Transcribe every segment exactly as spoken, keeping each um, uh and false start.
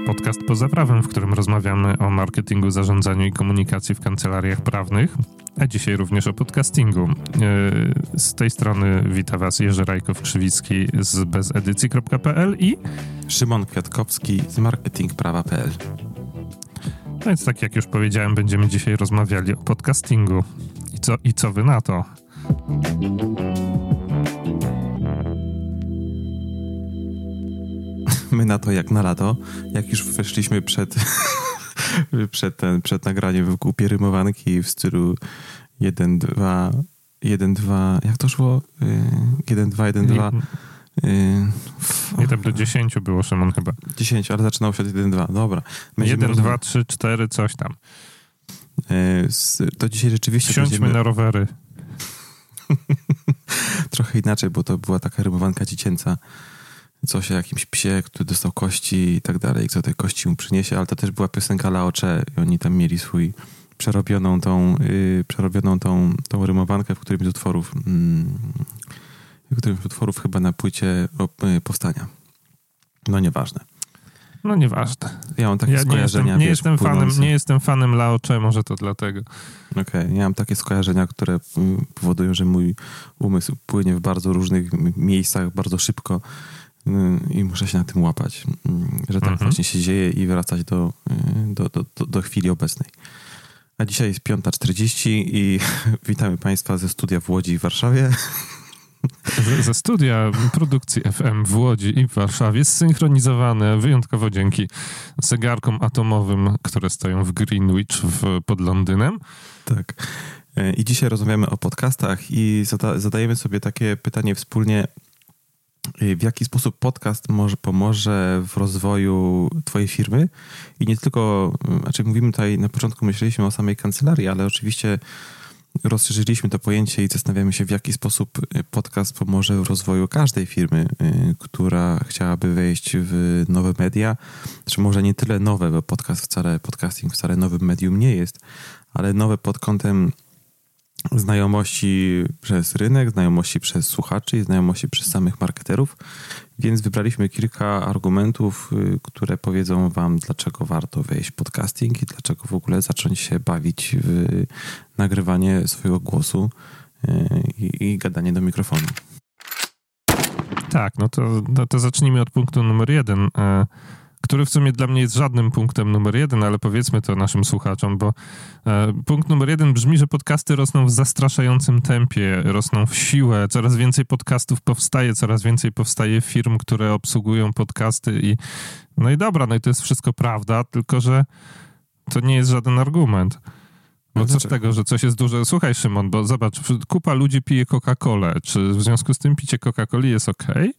podcast Poza Prawem, w którym rozmawiamy o marketingu, zarządzaniu i komunikacji w kancelariach prawnych, a dzisiaj również o podcastingu. Z tej strony wita Was Jerzy Rajkow-Krzywicki z bezedycji kropka pe el i Szymon Kwiatkowski z marketing prawa kropka pe el. No więc tak jak już powiedziałem, będziemy dzisiaj rozmawiali o podcastingu. I co, i co Wy na to? My na to jak na lato, jak już weszliśmy przed, przed, ten, przed nagraniem w głupie rymowanki w stylu jeden, dwa, jeden, dwa, jak to szło? jeden, dwa, jeden, dwa. Nie, tam do dziesięciu było, Szymon, chyba. dziesięć, ale zaczynało się od jeden, dwa, dobra. jeden, dwa, trzy, cztery, coś tam. To dzisiaj rzeczywiście Wsiądźmy będziemy... na rowery. Trochę inaczej, bo to była taka rymowanka dziecięca. Coś o jakimś psie, który dostał kości i tak dalej, kto te kości mu przyniesie, ale to też była piosenka Laocze i oni tam mieli swój przerobioną tą, yy, przerobioną tą, tą rymowankę w którymś z utworów, yy, w którymś z utworów chyba na płycie yy, Powstania. No nieważne. No nieważne. Ja mam takie ja skojarzenia. Nie jestem, nie, wiesz, jestem fanem, nie jestem fanem Laocze, może to dlatego. Okej, okay. Ja mam takie skojarzenia, które powodują, że mój umysł płynie w bardzo różnych miejscach bardzo szybko i muszę się na tym łapać, że tak mhm. właśnie się dzieje i wracać do, do, do, do, do chwili obecnej. A dzisiaj jest piąta czterdzieści i witamy Państwa ze studia w Łodzi i w Warszawie. Ze, ze studia produkcji F M w Łodzi i w Warszawie, zsynchronizowane wyjątkowo dzięki zegarkom atomowym, które stoją w Greenwich w, pod Londynem. Tak. I dzisiaj rozmawiamy o podcastach i zada, zadajemy sobie takie pytanie wspólnie, w jaki sposób podcast może pomoże w rozwoju twojej firmy i nie tylko, znaczy mówimy tutaj, na początku myśleliśmy o samej kancelarii, ale oczywiście rozszerzyliśmy to pojęcie i zastanawiamy się, w jaki sposób podcast pomoże w rozwoju każdej firmy, która chciałaby wejść w nowe media, czy może nie tyle nowe, bo podcast wcale, podcasting wcale nowym medium nie jest, ale nowe pod kątem znajomości przez rynek, znajomości przez słuchaczy i znajomości przez samych marketerów, więc wybraliśmy kilka argumentów, które powiedzą wam, dlaczego warto wejść w podcasting i dlaczego w ogóle zacząć się bawić w nagrywanie swojego głosu i, i gadanie do mikrofonu. Tak, no to, no to zacznijmy od punktu numer jeden, który w sumie dla mnie jest żadnym punktem numer jeden, ale powiedzmy to naszym słuchaczom, bo e, punkt numer jeden brzmi, że podcasty rosną w zastraszającym tempie, rosną w siłę, coraz więcej podcastów powstaje, coraz więcej powstaje firm, które obsługują podcasty i no i dobra, no i to jest wszystko prawda, tylko że to nie jest żaden argument. Bo co z tego, że coś jest duże? Słuchaj, Szymon, bo zobacz, kupa ludzi pije Coca-Colę. Czy w związku z tym picie Coca-Coli jest okej? Okay?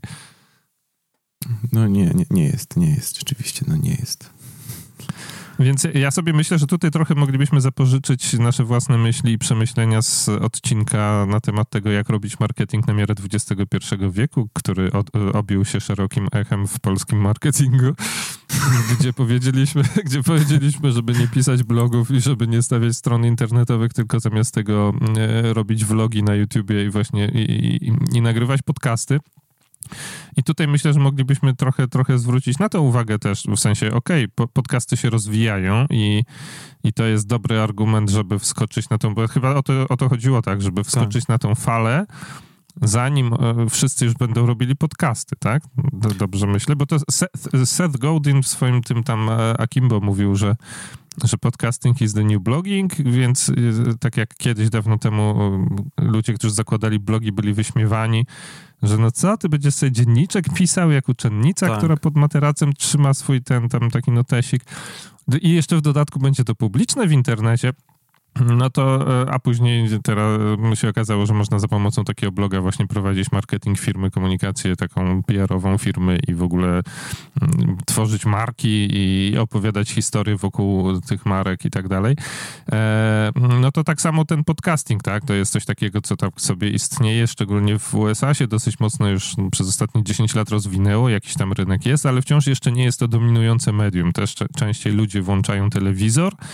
No nie, nie, nie jest, nie jest, rzeczywiście, no nie jest. Więc ja sobie myślę, że tutaj trochę moglibyśmy zapożyczyć nasze własne myśli i przemyślenia z odcinka na temat tego, jak robić marketing na miarę dwudziestego pierwszego wieku, który od, obił się szerokim echem w polskim marketingu, gdzie powiedzieliśmy, gdzie powiedzieliśmy, żeby nie pisać blogów i żeby nie stawiać stron internetowych, tylko zamiast tego e, robić vlogi na YouTubie i właśnie i, i, i nagrywać podcasty. I tutaj myślę, że moglibyśmy trochę, trochę zwrócić na to uwagę też, w sensie, okej, okay, podcasty się rozwijają i, i to jest dobry argument, żeby wskoczyć na tą, bo chyba o to, o to chodziło, tak, żeby wskoczyć tak. na tą falę, zanim e, wszyscy już będą robili podcasty, tak? Dobrze myślę, bo to Seth, Seth Godin w swoim tym tam e, Akimbo mówił, że że podcasting is the new blogging, więc tak jak kiedyś dawno temu ludzie, którzy zakładali blogi, byli wyśmiewani, że no co, ty będziesz sobie dzienniczek pisał jak uczennica, tak. która pod materacem trzyma swój ten tam taki notesik i jeszcze w dodatku będzie to publiczne w internecie. No to, a później teraz się okazało, że można za pomocą takiego bloga właśnie prowadzić marketing firmy, komunikację taką P R-ową firmy i w ogóle mm, tworzyć marki i opowiadać historie wokół tych marek i tak dalej. E, no to tak samo ten podcasting, tak? To jest coś takiego, co tam sobie istnieje, szczególnie w U S A się dosyć mocno już przez ostatnie dziesięć lat rozwinęło, jakiś tam rynek jest, ale wciąż jeszcze nie jest to dominujące medium. Też częściej ludzie włączają telewizor,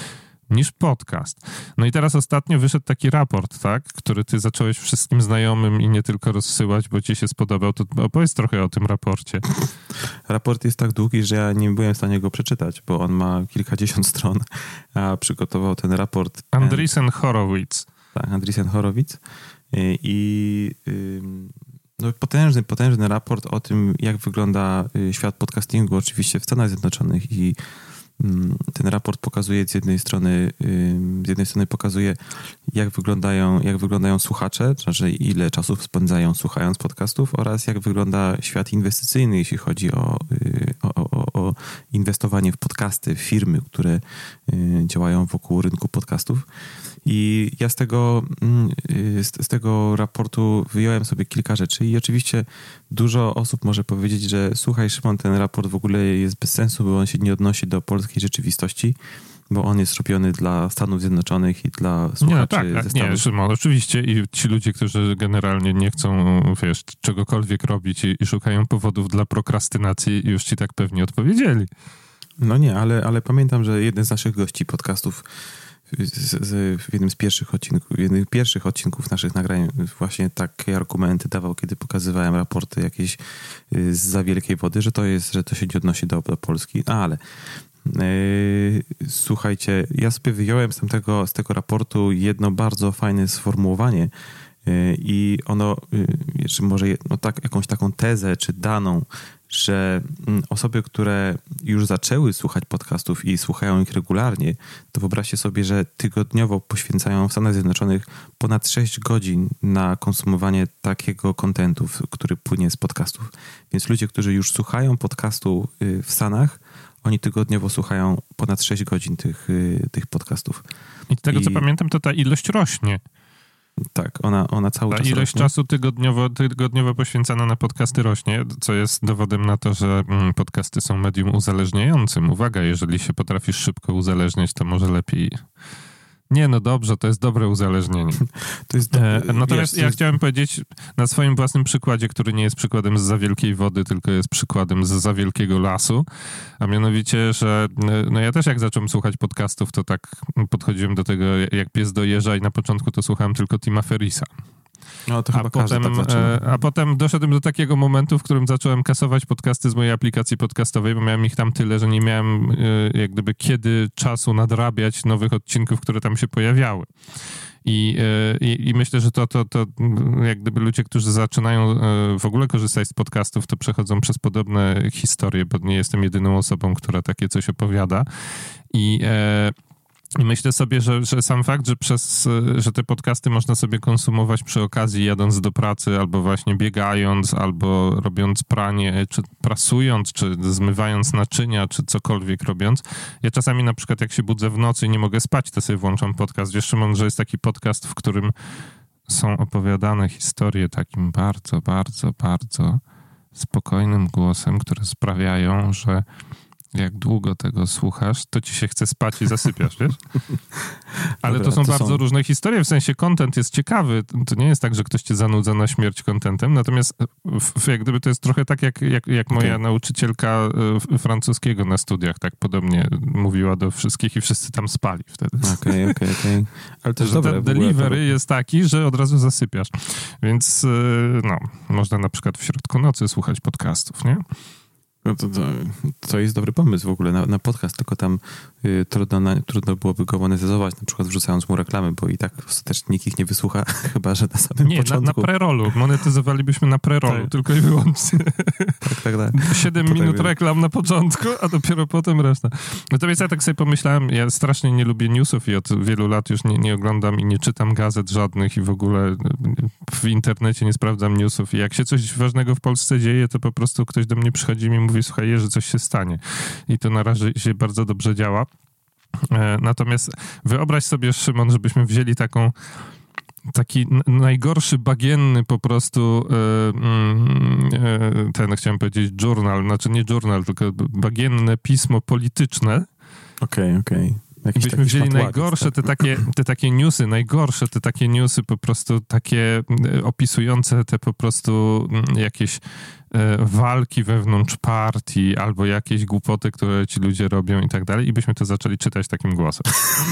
niż podcast. No i teraz ostatnio wyszedł taki raport, tak, który ty zacząłeś wszystkim znajomym i nie tylko rozsyłać, bo ci się spodobał. To opowiedz trochę o tym raporcie. Raport jest tak długi, że ja nie byłem w stanie go przeczytać, bo on ma kilkadziesiąt stron, a przygotował ten raport... Andreessen Horowitz. Tak, Andreessen Horowitz. I... i No, potężny, potężny raport o tym, jak wygląda świat podcastingu, oczywiście w Stanach Zjednoczonych, i ten raport pokazuje z jednej strony, z jednej strony pokazuje, jak wyglądają, jak wyglądają słuchacze, to znaczy ile czasu spędzają słuchając podcastów, oraz jak wygląda świat inwestycyjny, jeśli chodzi o, o, o, o inwestowanie w podcasty, firmy, które działają wokół rynku podcastów. I ja z tego, z, z tego raportu wyjąłem sobie kilka rzeczy i oczywiście dużo osób może powiedzieć, że słuchaj, Szymon, ten raport w ogóle jest bez sensu, bo on się nie odnosi do polskiej rzeczywistości, bo on jest robiony dla Stanów Zjednoczonych i dla słuchaczy nie, no tak, ze Stanów. Nie, Szymon, oczywiście i ci ludzie, którzy generalnie nie chcą, wiesz, czegokolwiek robić i, i szukają powodów dla prokrastynacji, już ci tak pewnie odpowiedzieli. No nie, ale, ale pamiętam, że jeden z naszych gości podcastów Z, z, w jednym z pierwszych odcinków, jednych pierwszych odcinków naszych nagrań właśnie takie argumenty dawał, kiedy pokazywałem raporty jakieś z za wielkiej wody, że to jest, że to się nie odnosi do, do Polski. No, ale yy, słuchajcie, ja sobie wyjąłem z tego, z tego raportu jedno bardzo fajne sformułowanie yy, i ono, yy, czy może no tak, jakąś taką tezę, czy daną, że osoby, które już zaczęły słuchać podcastów i słuchają ich regularnie, to wyobraźcie sobie, że tygodniowo poświęcają w Stanach Zjednoczonych ponad sześć godzin na konsumowanie takiego kontentu, który płynie z podcastów. Więc ludzie, którzy już słuchają podcastu w Stanach, oni tygodniowo słuchają ponad sześć godzin tych, tych podcastów. I z tego, I... co pamiętam, to ta ilość rośnie. Tak, ona, ona cały Ta czas ilość rośnie. czasu tygodniowo, tygodniowo poświęcana na podcasty rośnie, co jest dowodem na to, że podcasty są medium uzależniającym. Uwaga, jeżeli się potrafisz szybko uzależniać, to może lepiej... Nie, no dobrze, to jest dobre uzależnienie. To jest do... e, natomiast wiesz, ja jest... chciałem powiedzieć na swoim własnym przykładzie, który nie jest przykładem z za wielkiej wody, tylko jest przykładem z za wielkiego lasu, a mianowicie, że no ja też jak zacząłem słuchać podcastów, to tak podchodziłem do tego jak pies do jeża i na początku to słuchałem tylko Tima Ferrisa. No, to chyba a, potem, tak zaczyna. a potem doszedłem do takiego momentu, w którym zacząłem kasować podcasty z mojej aplikacji podcastowej, bo miałem ich tam tyle, że nie miałem jak gdyby kiedy czasu nadrabiać nowych odcinków, które tam się pojawiały. I, i, i myślę, że to, to, to jak gdyby ludzie, którzy zaczynają w ogóle korzystać z podcastów, to przechodzą przez podobne historie, bo nie jestem jedyną osobą, która takie coś opowiada. I e, I myślę sobie, że, że sam fakt, że przez, że te podcasty można sobie konsumować przy okazji jadąc do pracy, albo właśnie biegając, albo robiąc pranie, czy prasując, czy zmywając naczynia, czy cokolwiek robiąc. Ja czasami na przykład jak się budzę w nocy i nie mogę spać, to sobie włączam podcast. Wiesz, Szymon, że jest taki podcast, w którym są opowiadane historie takim bardzo, bardzo, bardzo spokojnym głosem, które sprawiają, że jak długo tego słuchasz, to ci się chce spać i zasypiasz, wiesz? Ale Dobra, to są to bardzo są... różne historie, w sensie content jest ciekawy. To nie jest tak, że ktoś cię zanudza na śmierć contentem, natomiast w, jak gdyby to jest trochę tak, jak, jak, jak moja okay. nauczycielka francuskiego na studiach, tak podobnie mówiła do wszystkich i wszyscy tam spali wtedy. Okej, okej, okej. Ale też że dobre. Ten delivery to... jest taki, że od razu zasypiasz. Więc no, można na przykład w środku nocy słuchać podcastów, nie? No to, to, to jest dobry pomysł w ogóle na, na podcast, tylko tam y, trudno, na, trudno byłoby go monetyzować, na przykład wrzucając mu reklamy, bo i tak ostatecznie nikt ich nie wysłucha, chyba że na samym nie, początku. Nie, na, na pre-rollu. Monetyzowalibyśmy na pre-rollu, tak. Tylko i wyłącznie. Tak, tak, tak. Siedem to minut tak reklam na początku, a dopiero potem reszta. Natomiast ja tak sobie pomyślałem, ja strasznie nie lubię newsów i od wielu lat już nie, nie oglądam i nie czytam gazet żadnych i w ogóle w internecie nie sprawdzam newsów i jak się coś ważnego w Polsce dzieje, to po prostu ktoś do mnie przychodzi i mi mówi, słuchaj, że coś się stanie. I to na razie się bardzo dobrze działa. Natomiast wyobraź sobie, Szymon, żebyśmy wzięli taką taki najgorszy bagienny po prostu ten, chciałem powiedzieć, journal, znaczy nie journal, tylko bagienne pismo polityczne. Okej, okay, okej. Okay. Jakiś Byśmy wzięli najgorsze tak? te takie, te takie newsy, najgorsze te takie newsy po prostu takie opisujące te po prostu jakieś e, walki wewnątrz partii albo jakieś głupoty, które ci ludzie robią i tak dalej i byśmy to zaczęli czytać takim głosem.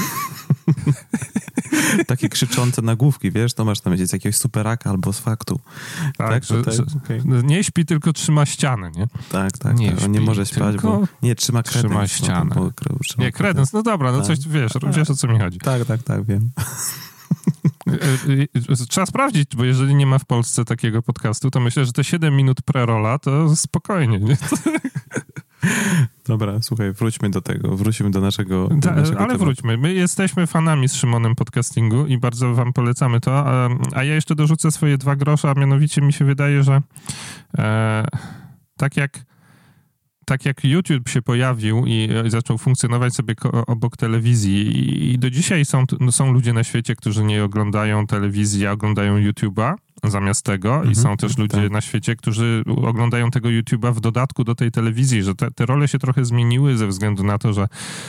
Takie krzyczące nagłówki, wiesz, to masz tam wiedzieć z jakiegoś superaka albo z faktu. Tak, tak, że, tak? że Okay. nie śpi, tylko trzyma ścianę, nie? Tak, tak, nie, tak. śpi, On nie może śpać, bo nie, trzyma kredens. Trzyma ścianę. No, bo, trzyma nie, kredens, no dobra, no tak. coś, wiesz, wiesz o co mi chodzi. Tak, tak, tak, wiem. Trzeba sprawdzić, bo jeżeli nie ma w Polsce takiego podcastu, to myślę, że te siedem minut prerola to spokojnie, nie? Dobra, słuchaj, wróćmy do tego, wróćmy do naszego, do da, naszego Ale tematu. wróćmy. My jesteśmy fanami z Szymonem podcastingu i bardzo wam polecamy to, a, a ja jeszcze dorzucę swoje dwa grosze, a mianowicie mi się wydaje, że e, tak jak tak jak YouTube się pojawił i zaczął funkcjonować sobie ko- obok telewizji i, i do dzisiaj są, no, są ludzie na świecie, którzy nie oglądają telewizji, a oglądają YouTube'a zamiast tego mhm, i są też ludzie tak. na świecie, którzy oglądają tego YouTube'a w dodatku do tej telewizji, że te, te role się trochę zmieniły ze względu na to, że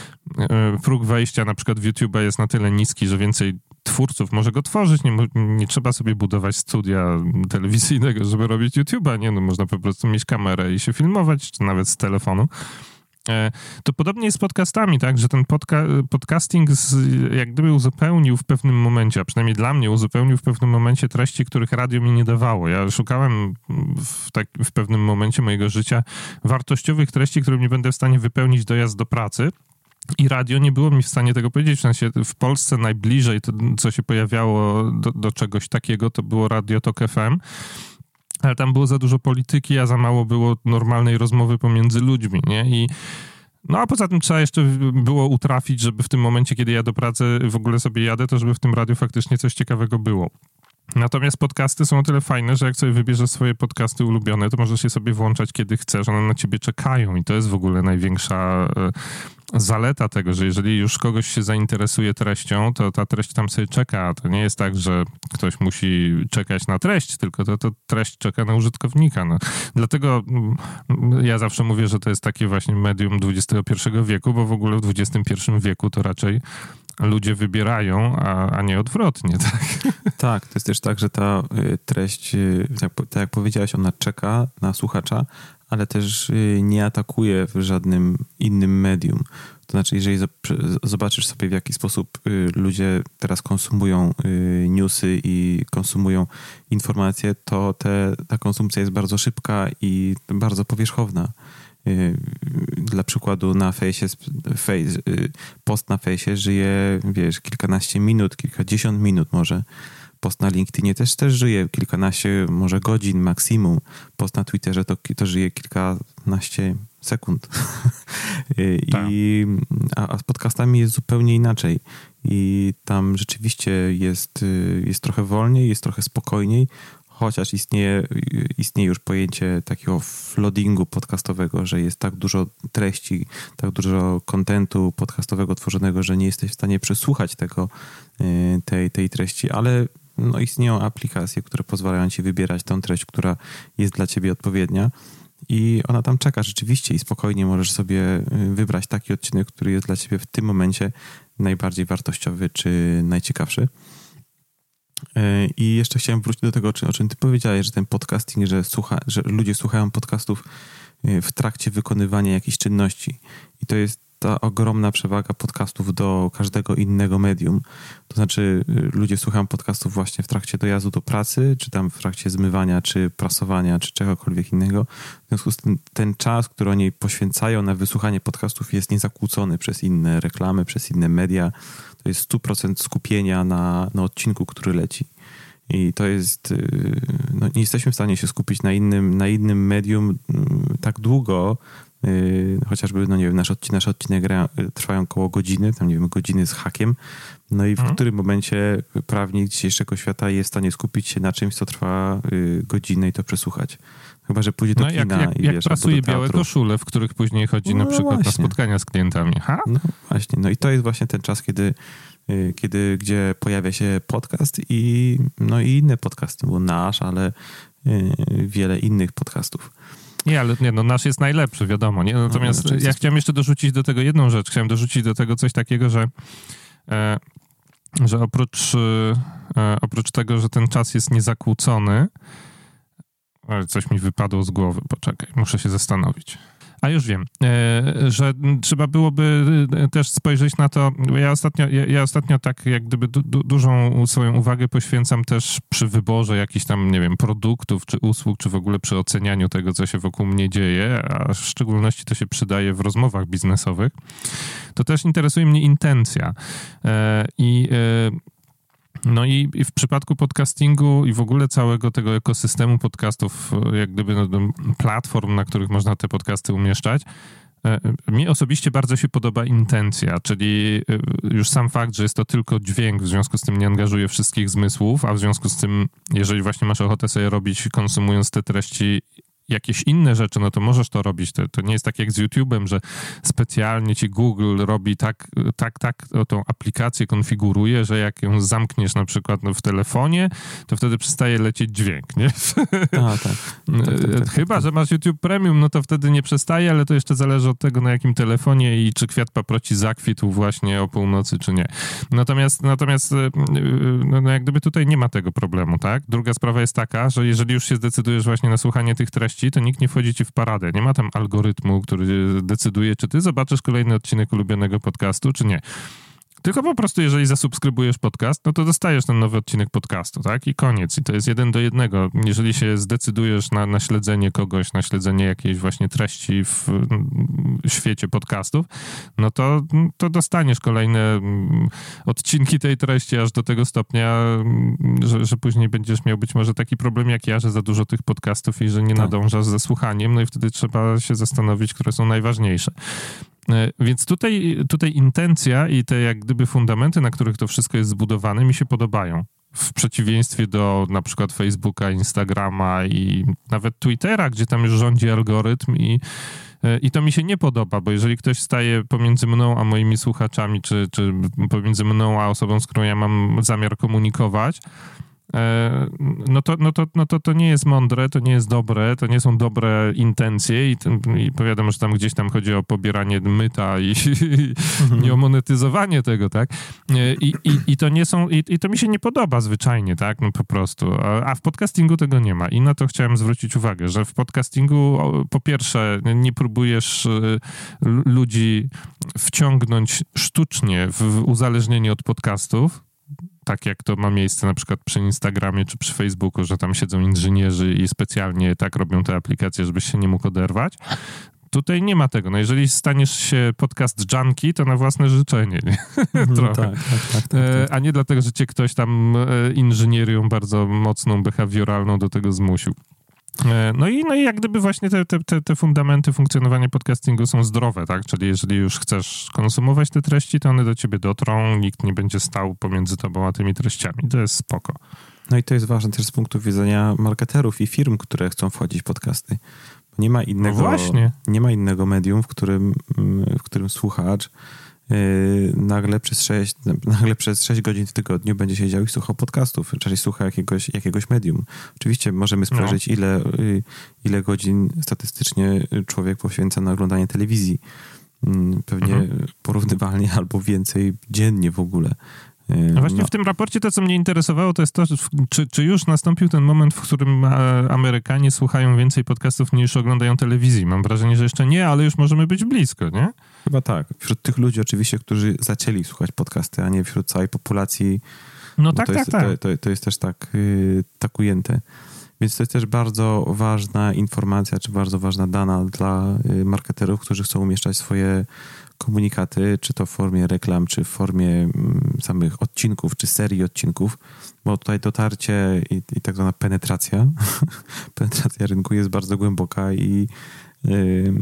e, próg wejścia na przykład w YouTube'a jest na tyle niski, że więcej twórców może go tworzyć, nie, nie trzeba sobie budować studia telewizyjnego, żeby robić YouTube'a, nie, no można po prostu mieć kamerę i się filmować, czy nawet z telefonu. E, to podobnie jest z podcastami, tak, że ten podca- podcasting z, jak gdyby uzupełnił w pewnym momencie, a przynajmniej dla mnie uzupełnił w pewnym momencie treści, których radio mi nie dawało. Ja szukałem w, tak, w pewnym momencie mojego życia wartościowych treści, które nie będę w stanie wypełnić dojazd do pracy. I radio nie było mi w stanie tego powiedzieć. W sensie w Polsce najbliżej, to, co się pojawiało do, do czegoś takiego, to było Radio Tok F M. Ale tam było za dużo polityki, a za mało było normalnej rozmowy pomiędzy ludźmi, nie? I no a poza tym trzeba jeszcze było utrafić, żeby w tym momencie, kiedy ja do pracy w ogóle sobie jadę, to żeby w tym radiu faktycznie coś ciekawego było. Natomiast podcasty są o tyle fajne, że jak sobie wybierzesz swoje podcasty ulubione, to możesz je sobie włączać kiedy chcesz, one na ciebie czekają i to jest w ogóle największa e, zaleta tego, że jeżeli już kogoś się zainteresuje treścią, to ta treść tam sobie czeka. To nie jest tak, że ktoś musi czekać na treść, tylko to, to treść czeka na użytkownika. No. Dlatego ja zawsze mówię, że to jest takie właśnie medium dwudziestego pierwszego wieku, bo w ogóle w dwudziestym pierwszym wieku to raczej ludzie wybierają, a, a nie odwrotnie, tak? Tak, to jest też tak, że ta treść, tak, tak jak powiedziałeś, ona czeka na słuchacza, ale też nie atakuje w żadnym innym medium. To znaczy, jeżeli zobaczysz sobie, w jaki sposób ludzie teraz konsumują newsy i konsumują informacje, to te, ta konsumpcja jest bardzo szybka i bardzo powierzchowna. Dla przykładu na fejsie, face, post na fejsie żyje, wiesz, kilkanaście minut, kilkadziesiąt minut może. Post na LinkedInie też, też żyje kilkanaście, może godzin maksimum. Post na Twitterze to, to żyje kilkanaście sekund. I, a, a z podcastami jest zupełnie inaczej. I tam rzeczywiście jest, jest trochę wolniej, jest trochę spokojniej, chociaż istnieje, istnieje już pojęcie takiego floodingu podcastowego, że jest tak dużo treści, tak dużo kontentu podcastowego tworzonego, że nie jesteś w stanie przesłuchać tego, tej, tej treści, ale no, istnieją aplikacje, które pozwalają ci wybierać tą treść, która jest dla ciebie odpowiednia i ona tam czeka rzeczywiście i spokojnie możesz sobie wybrać taki odcinek, który jest dla ciebie w tym momencie najbardziej wartościowy czy najciekawszy. I jeszcze chciałem wrócić do tego, o czym ty powiedziałeś, że ten podcasting, że, słucha, że ludzie słuchają podcastów w trakcie wykonywania jakichś czynności. I to jest ta ogromna przewaga podcastów do każdego innego medium. To znaczy ludzie słuchają podcastów właśnie w trakcie dojazdu do pracy, czy tam w trakcie zmywania, czy prasowania, czy czegokolwiek innego. W związku z tym ten czas, który oni poświęcają na wysłuchanie podcastów jest niezakłócony przez inne reklamy, przez inne media. To jest sto procent skupienia na, na odcinku, który leci. I to jest... No, nie jesteśmy w stanie się skupić na innym, na innym medium tak długo, Yy, chociażby, no nie wiem, nasze, odcinek, nasze odcinek trwają około godziny, tam nie wiem, godziny z hakiem, no i w hmm. którym momencie prawnik dzisiejszego świata jest w stanie skupić się na czymś, co trwa yy, godzinę i to przesłuchać. Chyba że pójdzie do no, kina jak, jak, i jak wiesz, pracuje białe koszule, w których później chodzi no na przykład właśnie. na spotkania z klientami. Ha? No właśnie, no i to jest właśnie ten czas, kiedy, yy, kiedy gdzie pojawia się podcast i no i inne podcasty, bo nasz, ale yy, wiele innych podcastów. Nie, ale nie, no nasz jest najlepszy, wiadomo. Nie? Natomiast no, ja chciałem jeszcze dorzucić do tego jedną rzecz. Chciałem dorzucić do tego coś takiego, że e, że oprócz, e, oprócz tego, że ten czas jest niezakłócony, ale coś mi wypadło z głowy, poczekaj, muszę się zastanowić. A już wiem, że trzeba byłoby też spojrzeć na to, ja ostatnio, ja, ja ostatnio tak jak gdyby du, du, dużą swoją uwagę poświęcam też przy wyborze jakichś tam, nie wiem, produktów czy usług, czy w ogóle przy ocenianiu tego, co się wokół mnie dzieje, a w szczególności to się przydaje w rozmowach biznesowych, to też interesuje mnie intencja. I No i, i w przypadku podcastingu i w ogóle całego tego ekosystemu podcastów, jak gdyby no, platform, na których można te podcasty umieszczać, mi osobiście bardzo się podoba intencja, czyli już sam fakt, że jest to tylko dźwięk, w związku z tym nie angażuje wszystkich zmysłów, a w związku z tym, jeżeli właśnie masz ochotę sobie robić, konsumując te treści, jakieś inne rzeczy, no to możesz to robić. To, to nie jest tak jak z YouTube'em, że specjalnie ci Google robi tak, tak, tak tą aplikację konfiguruje, że jak ją zamkniesz na przykład no, w telefonie, to wtedy przestaje lecieć dźwięk, nie? A, tak. tak, tak, tak Chyba, tak. że masz YouTube Premium, no to wtedy nie przestaje, ale to jeszcze zależy od tego, na jakim telefonie i czy kwiat paproci zakwitł właśnie o północy, czy nie. Natomiast, natomiast no, no jak gdyby tutaj nie ma tego problemu, tak? Druga sprawa jest taka, że jeżeli już się zdecydujesz właśnie na słuchanie tych treści, to nikt nie wchodzi ci w paradę. Nie ma tam algorytmu, który decyduje, czy ty zobaczysz kolejny odcinek ulubionego podcastu, czy nie. Tylko po prostu, jeżeli zasubskrybujesz podcast, no to dostajesz ten nowy odcinek podcastu, tak? I koniec. I to jest jeden do jednego. Jeżeli się zdecydujesz na, na śledzenie kogoś, na śledzenie jakiejś właśnie treści w, w świecie podcastów, no to, to dostaniesz kolejne odcinki tej treści aż do tego stopnia, że, że później będziesz miał być może taki problem jak ja, że za dużo tych podcastów i że nie tak. nadążasz ze słuchaniem, no i wtedy trzeba się zastanowić, które są najważniejsze. Więc tutaj, tutaj intencja i te jak gdyby fundamenty, na których to wszystko jest zbudowane, mi się podobają. W przeciwieństwie do na przykład Facebooka, Instagrama i nawet Twittera, gdzie tam już rządzi algorytm i, i to mi się nie podoba, bo jeżeli ktoś staje pomiędzy mną a moimi słuchaczami, czy, czy pomiędzy mną a osobą, z którą ja mam zamiar komunikować, no to, no to, no to, to nie jest mądre, to nie jest dobre, to nie są dobre intencje i, i powiadam, że tam gdzieś tam chodzi o pobieranie myta i, i mhm. nie o monetyzowanie tego, tak? I, i, i to nie są, i, i to mi się nie podoba zwyczajnie, tak? No po prostu. A, a w podcastingu tego nie ma i na to chciałem zwrócić uwagę, że w podcastingu po pierwsze nie próbujesz ludzi wciągnąć sztucznie w uzależnienie od podcastów, tak jak to ma miejsce na przykład przy Instagramie czy przy Facebooku, że tam siedzą inżynierzy i specjalnie tak robią te aplikacje, żebyś się nie mógł oderwać. Tutaj nie ma tego. No jeżeli staniesz się podcast junkie, to na własne życzenie. Nie? Trochę. Tak, tak, tak, tak, tak. A nie dlatego, że cię ktoś tam inżynierią bardzo mocną, behawioralną do tego zmusił. No i, no i jak gdyby właśnie te, te, te fundamenty funkcjonowania podcastingu są zdrowe, tak? Czyli jeżeli już chcesz konsumować te treści, to one do ciebie dotrą, nikt nie będzie stał pomiędzy tobą a tymi treściami. To jest spoko. No i to jest ważne też z punktu widzenia marketerów i firm, które chcą wchodzić w podcasty. Nie ma innego, no właśnie. Nie ma innego medium, w którym, w którym słuchacz Yy, nagle przez sześć, nagle przez sześć godzin w tygodniu będzie siedział i słuchał podcastów, czyli słucha jakiegoś, jakiegoś medium. Oczywiście możemy spojrzeć, no. ile, yy, ile godzin statystycznie człowiek poświęca na oglądanie telewizji. Yy, pewnie mhm. porównywalnie albo więcej dziennie w ogóle. No właśnie no. w tym raporcie to, co mnie interesowało, to jest to, czy, czy już nastąpił ten moment, w którym Amerykanie słuchają więcej podcastów niż oglądają telewizji. Mam wrażenie, że jeszcze nie, ale już możemy być blisko, nie? Chyba tak. Wśród tych ludzi oczywiście, którzy zaczęli słuchać podcasty, a nie wśród całej populacji. No tak, to jest, tak, tak. To, to, to jest też tak, yy, tak ujęte. Więc to jest też bardzo ważna informacja, czy bardzo ważna dana dla marketerów, którzy chcą umieszczać swoje komunikaty, czy to w formie reklam, czy w formie samych odcinków, czy serii odcinków, bo tutaj dotarcie i, i tak zwana penetracja, penetracja rynku jest bardzo głęboka i yy,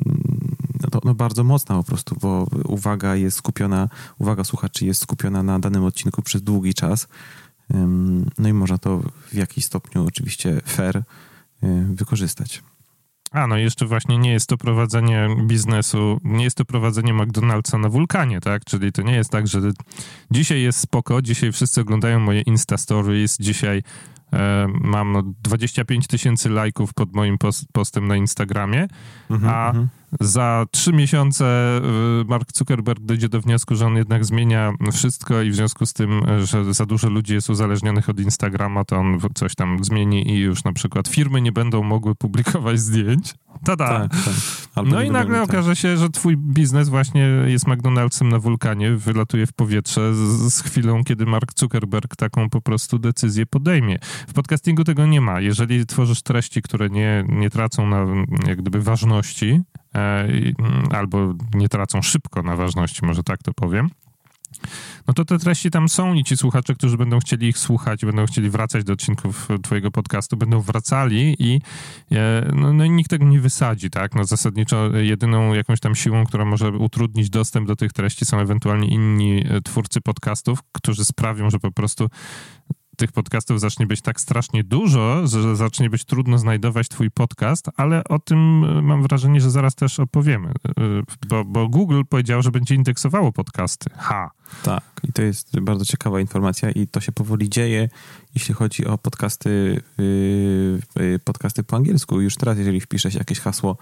no, no bardzo mocna po prostu, bo uwaga jest skupiona, uwaga słuchaczy jest skupiona na danym odcinku przez długi czas. Yy, no i można to w jakiś stopniu oczywiście fair yy, wykorzystać. A, no jeszcze właśnie nie jest to prowadzenie biznesu, nie jest to prowadzenie McDonald'sa na wulkanie, tak? Czyli to nie jest tak, że dzisiaj jest spoko, dzisiaj wszyscy oglądają moje Insta Stories, dzisiaj e, mam no, dwadzieścia pięć tysięcy lajków pod moim post, postem na Instagramie, mhm, a mhm. za trzy miesiące Mark Zuckerberg dojdzie do wniosku, że on jednak zmienia wszystko i w związku z tym, że za dużo ludzi jest uzależnionych od Instagrama, to on coś tam zmieni i już na przykład firmy nie będą mogły publikować zdjęć. Tada! Tak, tak. No i nagle tak. okaże się, że twój biznes właśnie jest McDonald'sem na wulkanie, wylatuje w powietrze z, z chwilą, kiedy Mark Zuckerberg taką po prostu decyzję podejmie. W podcastingu tego nie ma. Jeżeli tworzysz treści, które nie, nie tracą na jak gdyby ważności, e, albo nie tracą szybko na ważności, może tak to powiem, no to te treści tam są i ci słuchacze, którzy będą chcieli ich słuchać, będą chcieli wracać do odcinków twojego podcastu, będą wracali i no, no i nikt tego nie wysadzi, tak? No zasadniczo jedyną jakąś tam siłą, która może utrudnić dostęp do tych treści są ewentualnie inni twórcy podcastów, którzy sprawią, że po prostu tych podcastów zacznie być tak strasznie dużo, że zacznie być trudno znajdować twój podcast, ale o tym mam wrażenie, że zaraz też opowiemy, bo, bo Google powiedział, że będzie indeksowało podcasty. Ha! Tak, i to jest bardzo ciekawa informacja i to się powoli dzieje, jeśli chodzi o podcasty, yy, podcasty po angielsku. Już teraz, jeżeli wpiszesz jakieś hasło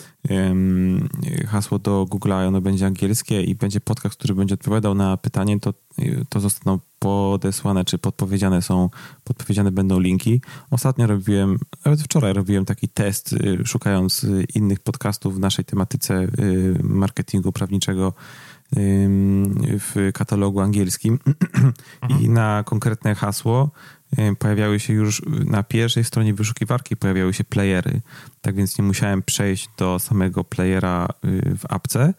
hasło do Google'a, ono będzie angielskie i będzie podcast, który będzie odpowiadał na pytanie, to, to zostaną podesłane, czy podpowiedziane są, podpowiedziane będą linki. Ostatnio robiłem, nawet wczoraj robiłem taki test, szukając innych podcastów w naszej tematyce marketingu prawniczego w katalogu angielskim i na konkretne hasło pojawiały się już na pierwszej stronie wyszukiwarki pojawiały się playery. Tak więc nie musiałem przejść do samego playera w apce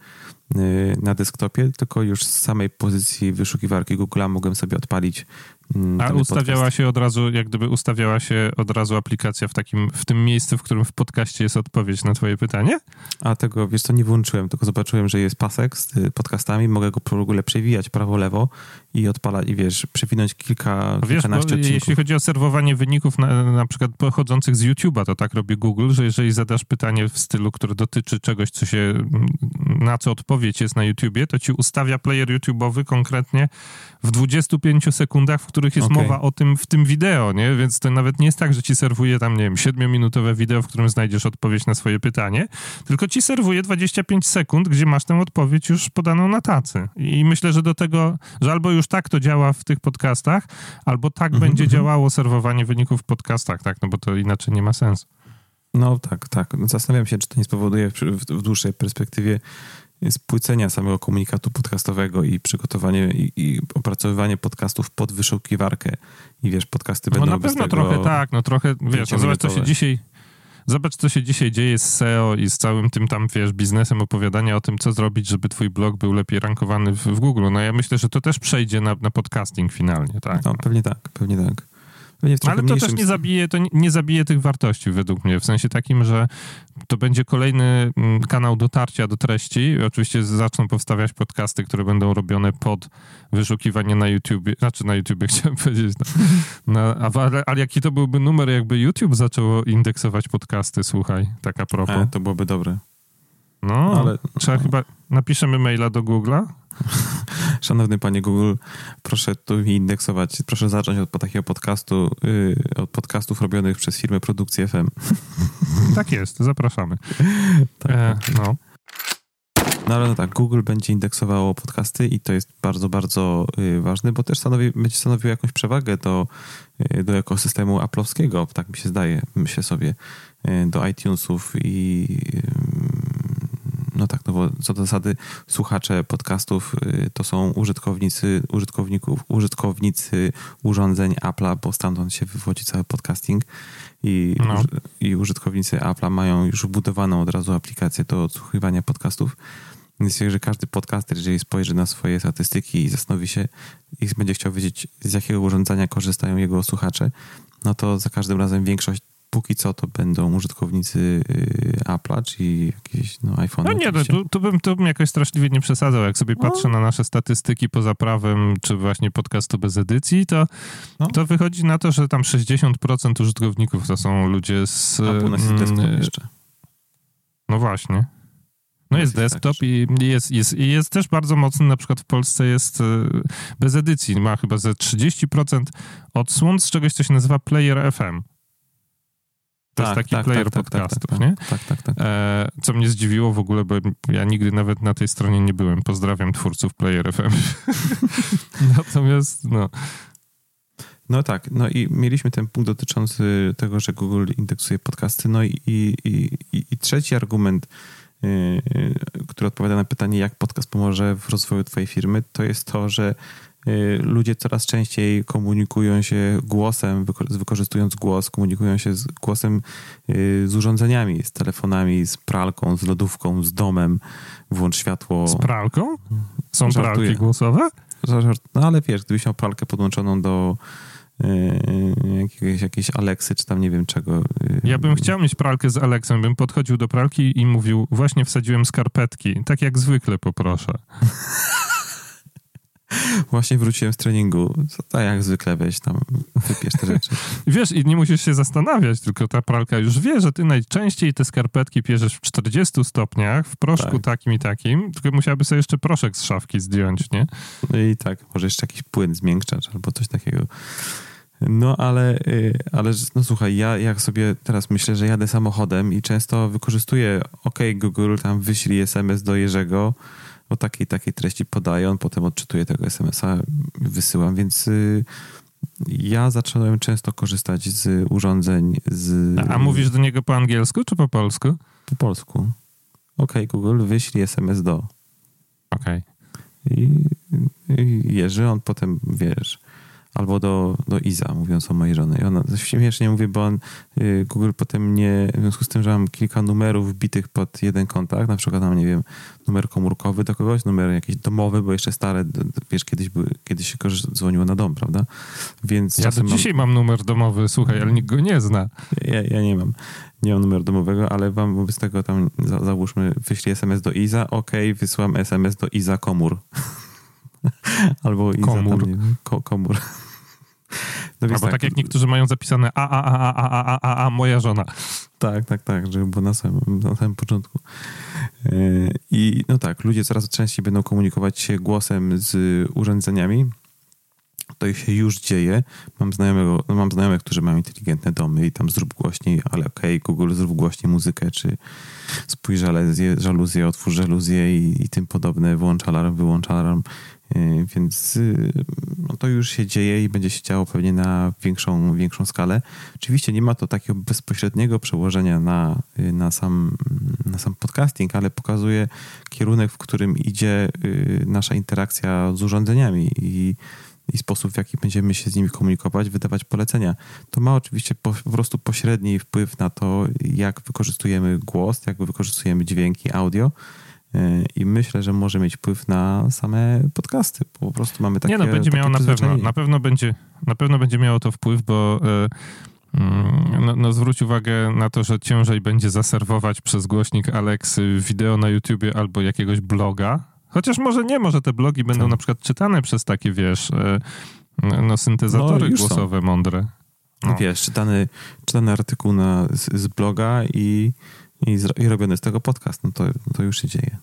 na desktopie, tylko już z samej pozycji wyszukiwarki Google'a mogłem sobie odpalić. A ustawiała podcast. się od razu, jak gdyby ustawiała się od razu aplikacja w takim, w tym miejscu, w którym w podcaście jest odpowiedź na twoje pytanie? A tego, wiesz co, nie włączyłem, tylko zobaczyłem, że jest pasek z podcastami, mogę go w ogóle przewijać prawo-lewo i odpalać, i wiesz, przewinąć kilka, wiesz, kilkanaście odcinków. Jeśli chodzi o serwowanie wyników na, na przykład pochodzących z YouTube'a, to tak robi Google, że jeżeli zadasz pytanie w stylu, które dotyczy czegoś, co się, na co odpowiedź jest na YouTubie, to ci ustawia player YouTube'owy konkretnie w dwudziestu pięciu sekundach, w których jest okay. mowa o tym w tym wideo, nie? Więc to nawet nie jest tak, że ci serwuje tam, nie wiem, siedmiominutowe wideo, w którym znajdziesz odpowiedź na swoje pytanie, tylko ci serwuje dwadzieścia pięć sekund, gdzie masz tę odpowiedź już podaną na tacy. I myślę, że do tego, że albo już tak to działa w tych podcastach, albo tak mm-hmm. będzie działało serwowanie wyników w podcastach, tak? No bo to inaczej nie ma sensu. No tak, tak. Zastanawiam się, czy to nie spowoduje w, w, w dłuższej perspektywie spłycenia samego komunikatu podcastowego i przygotowanie i, i opracowywanie podcastów pod wyszukiwarkę. I wiesz, podcasty będą no na pewno trochę tak, no trochę, wiesz, no zobacz, co się dzisiaj Zobacz, co się dzisiaj dzieje z S E O i z całym tym tam, wiesz, biznesem opowiadania o tym, co zrobić, żeby twój blog był lepiej rankowany w, w Google. No ja myślę, że to też przejdzie na, na podcasting finalnie, tak? No, pewnie tak, pewnie tak. Ale to też nie zabije, to nie, nie zabije tych wartości według mnie, w sensie takim, że to będzie kolejny kanał dotarcia do treści. Oczywiście zaczną powstawiać podcasty, które będą robione pod wyszukiwanie na YouTubie, znaczy na YouTubie chciałem powiedzieć, no, na, ale, ale jaki to byłby numer, jakby YouTube zaczęło indeksować podcasty, słuchaj, tak a propos. E, to byłoby dobre. No, ale trzeba no. chyba, napiszemy maila do Google'a. Szanowny panie Google, proszę tu indeksować, proszę zacząć od takiego podcastu, yy, od podcastów robionych przez firmę Produkcji F M. Tak jest, zapraszamy. tak, e, no. No ale no tak, Google będzie indeksowało podcasty i to jest bardzo, bardzo y, ważne, bo też stanowi, będzie stanowił jakąś przewagę do, y, do ekosystemu Apple'owskiego, tak mi się zdaje, myślę sobie, y, do iTunesów i y, no tak, no bo co do zasady słuchacze podcastów y, to są użytkownicy, użytkowników, użytkownicy urządzeń Apple'a, bo stamtąd się wywodzi cały podcasting i, no. uż, i użytkownicy Apple'a mają już wbudowaną od razu aplikację do odsłuchiwania podcastów. Więc jeżeli każdy podcaster, jeżeli spojrzy na swoje statystyki i zastanowi się i będzie chciał wiedzieć, z jakiego urządzenia korzystają jego słuchacze, no to za każdym razem większość, póki co, to będą użytkownicy Apple'a, czyli jakieś no, iPhone. No nie, tu, tu, bym, tu bym jakoś straszliwie nie przesadzał. Jak sobie no. patrzę na nasze statystyki poza prawem, czy właśnie podcastu bez edycji, to, no. to wychodzi na to, że tam sześćdziesiąt procent użytkowników to są ludzie z... A u nas jest desktop jeszcze. No właśnie. No jest desktop i jest, jest, i jest też bardzo mocny, na przykład w Polsce jest bez edycji, ma chyba ze trzydzieści procent odsłon z czegoś, co się nazywa Player F M. To tak, jest taki tak, player tak, podcastów, tak, nie? Tak, tak, tak. E, co mnie zdziwiło w ogóle, bo ja nigdy nawet na tej stronie nie byłem. Pozdrawiam twórców Player F M. Natomiast, no... No tak, no i mieliśmy ten punkt dotyczący tego, że Google indeksuje podcasty. No i, i, i, i trzeci argument, yy, który odpowiada na pytanie, jak podcast pomoże w rozwoju twojej firmy, to jest to, że yy, ludzie coraz częściej komunikują się głosem, wyko- wykorzystując głos, komunikują się z głosem yy, z urządzeniami, z telefonami, z pralką, z lodówką, z domem. Włącz światło. Z pralką? Są Żartuję. pralki głosowe? No ale wiesz, gdybyś miał pralkę podłączoną do Yy, jakiegoś, jakiejś Alexy, czy tam nie wiem czego. Yy. Ja bym chciał mieć pralkę z Alexem, bym podchodził do pralki i mówił, właśnie wsadziłem skarpetki, tak jak zwykle poproszę. Właśnie wróciłem z treningu, tak jak zwykle weź tam, wypierz te rzeczy. Wiesz, i nie musisz się zastanawiać, tylko ta pralka już wie, że ty najczęściej te skarpetki pierzesz w czterdziestu stopniach, w proszku tak. takim i takim, tylko musiałaby sobie jeszcze proszek z szafki zdjąć, nie? No i tak, może jeszcze jakiś płyn zmiękczacz albo coś takiego. No ale, ale no słuchaj, ja jak sobie teraz myślę, że jadę samochodem i często wykorzystuję OK Google, tam wyślij es em es do Jerzego, o takiej takiej treści podaję, on potem odczytuje tego es em es a, wysyłam, więc y, ja zacząłem często korzystać z urządzeń z... A, a mówisz do niego po angielsku czy po polsku? Po polsku. OK Google, wyślij es em es do. OK. I, i Jerzy, on potem, wiesz... Albo do, do Iza, mówiąc o mojej żonie. I ona śmiesznie mówi, bo on, y, Google potem nie, w związku z tym, że mam kilka numerów wbitych pod jeden kontakt, na przykład mam, nie wiem, numer komórkowy do kogoś, numer jakiś domowy, bo jeszcze stare, wiesz, kiedyś, były, kiedyś się dzwoniło na dom, prawda? Więc ja do dzisiaj mam... mam numer domowy, słuchaj, ale nikt go nie zna. Ja, ja nie mam. Nie mam numeru domowego, ale wam wobec tego tam, za, załóżmy, wyślij es em es do Iza, ok, wysłam es em es do Iza komór. Albo Iza komór. Tam, nie wiem, ko, komór. No Albo tak, tak jak niektórzy mają zapisane a, a, a, a, a, a, a, a moja żona. Tak, tak, tak, żeby było na samym, na samym początku. Yy, I no tak, ludzie coraz częściej będą komunikować się głosem z urządzeniami. To ich się już dzieje. Mam, znajomego, no mam znajomych, którzy mają inteligentne domy i tam zrób głośniej, ale okej, okay, Google zrób głośniej muzykę, czy spójrz żaluzję, żaluzję otwórz żaluzję i, i tym podobne, włącz alarm, wyłącz alarm. Yy, więc yy, no to już się dzieje i będzie się działo pewnie na większą, większą skalę. Oczywiście nie ma to takiego bezpośredniego przełożenia na, yy, na, sam, na sam podcasting, ale pokazuje kierunek, w którym idzie yy, nasza interakcja z urządzeniami i i sposób, w jaki będziemy się z nimi komunikować, wydawać polecenia. To ma oczywiście po, po prostu pośredni wpływ na to, jak wykorzystujemy głos, jak wykorzystujemy dźwięki, audio yy, i myślę, że może mieć wpływ na same podcasty. Po prostu mamy takie... Nie no, będzie miało na pewno. Na pewno będzie, na pewno będzie miało to wpływ, bo yy, yy, no, no zwróć uwagę na to, że ciężej będzie zaserwować przez głośnik Alexy wideo na YouTubie albo jakiegoś bloga. Chociaż może nie, może te blogi będą tak. na przykład czytane przez takie, wiesz, no syntezatory no, głosowe są. Mądre. No. Wiesz, czytany, czytany artykuł na, z, z bloga i, i, z, i robiony z tego podcast. No to, to już się dzieje.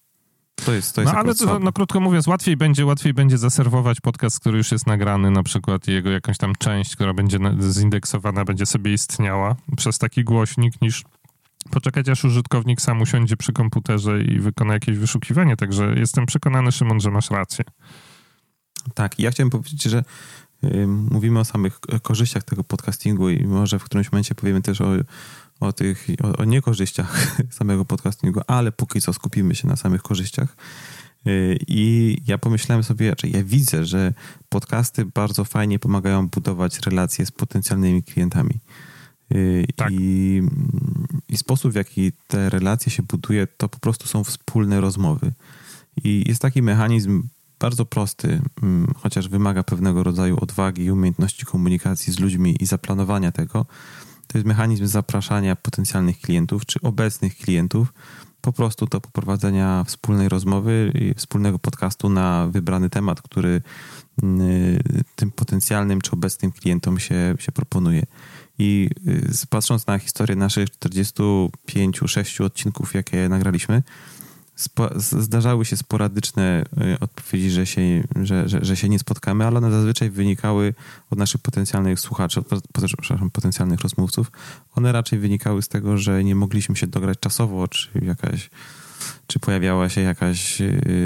To jest, to jest no ale to, no, krótko mówiąc, łatwiej będzie, łatwiej będzie zaserwować podcast, który już jest nagrany, na przykład jego jakąś tam część, która będzie zindeksowana, będzie sobie istniała przez taki głośnik, niż poczekać, aż użytkownik sam usiądzie przy komputerze i wykona jakieś wyszukiwanie. Także jestem przekonany, Szymon, że masz rację. Tak, i ja chciałem powiedzieć, że y, mówimy o samych korzyściach tego podcastingu i może w którymś momencie powiemy też o, o tych, o, o niekorzyściach samego podcastingu, ale póki co skupimy się na samych korzyściach. Y, I ja pomyślałem sobie, znaczy ja widzę, że podcasty bardzo fajnie pomagają budować relacje z potencjalnymi klientami. Tak. I, I sposób, w jaki te relacje się buduje, to po prostu są wspólne rozmowy. I jest taki mechanizm bardzo prosty, chociaż wymaga pewnego rodzaju odwagi i umiejętności komunikacji z ludźmi i zaplanowania tego. To jest mechanizm zapraszania potencjalnych klientów czy obecnych klientów po prostu do poprowadzenia wspólnej rozmowy i wspólnego podcastu na wybrany temat, który tym potencjalnym czy obecnym klientom się, się proponuje. I patrząc na historię naszych czterdziestu pięciu, sześciu odcinków, jakie nagraliśmy, Spo, zdarzały się sporadyczne odpowiedzi, że się, że, że, że się nie spotkamy, ale one zazwyczaj wynikały od naszych potencjalnych słuchaczy, od, przepraszam, potencjalnych rozmówców. One raczej wynikały z tego, że nie mogliśmy się dograć czasowo, czy jakaś, czy pojawiała się jakaś,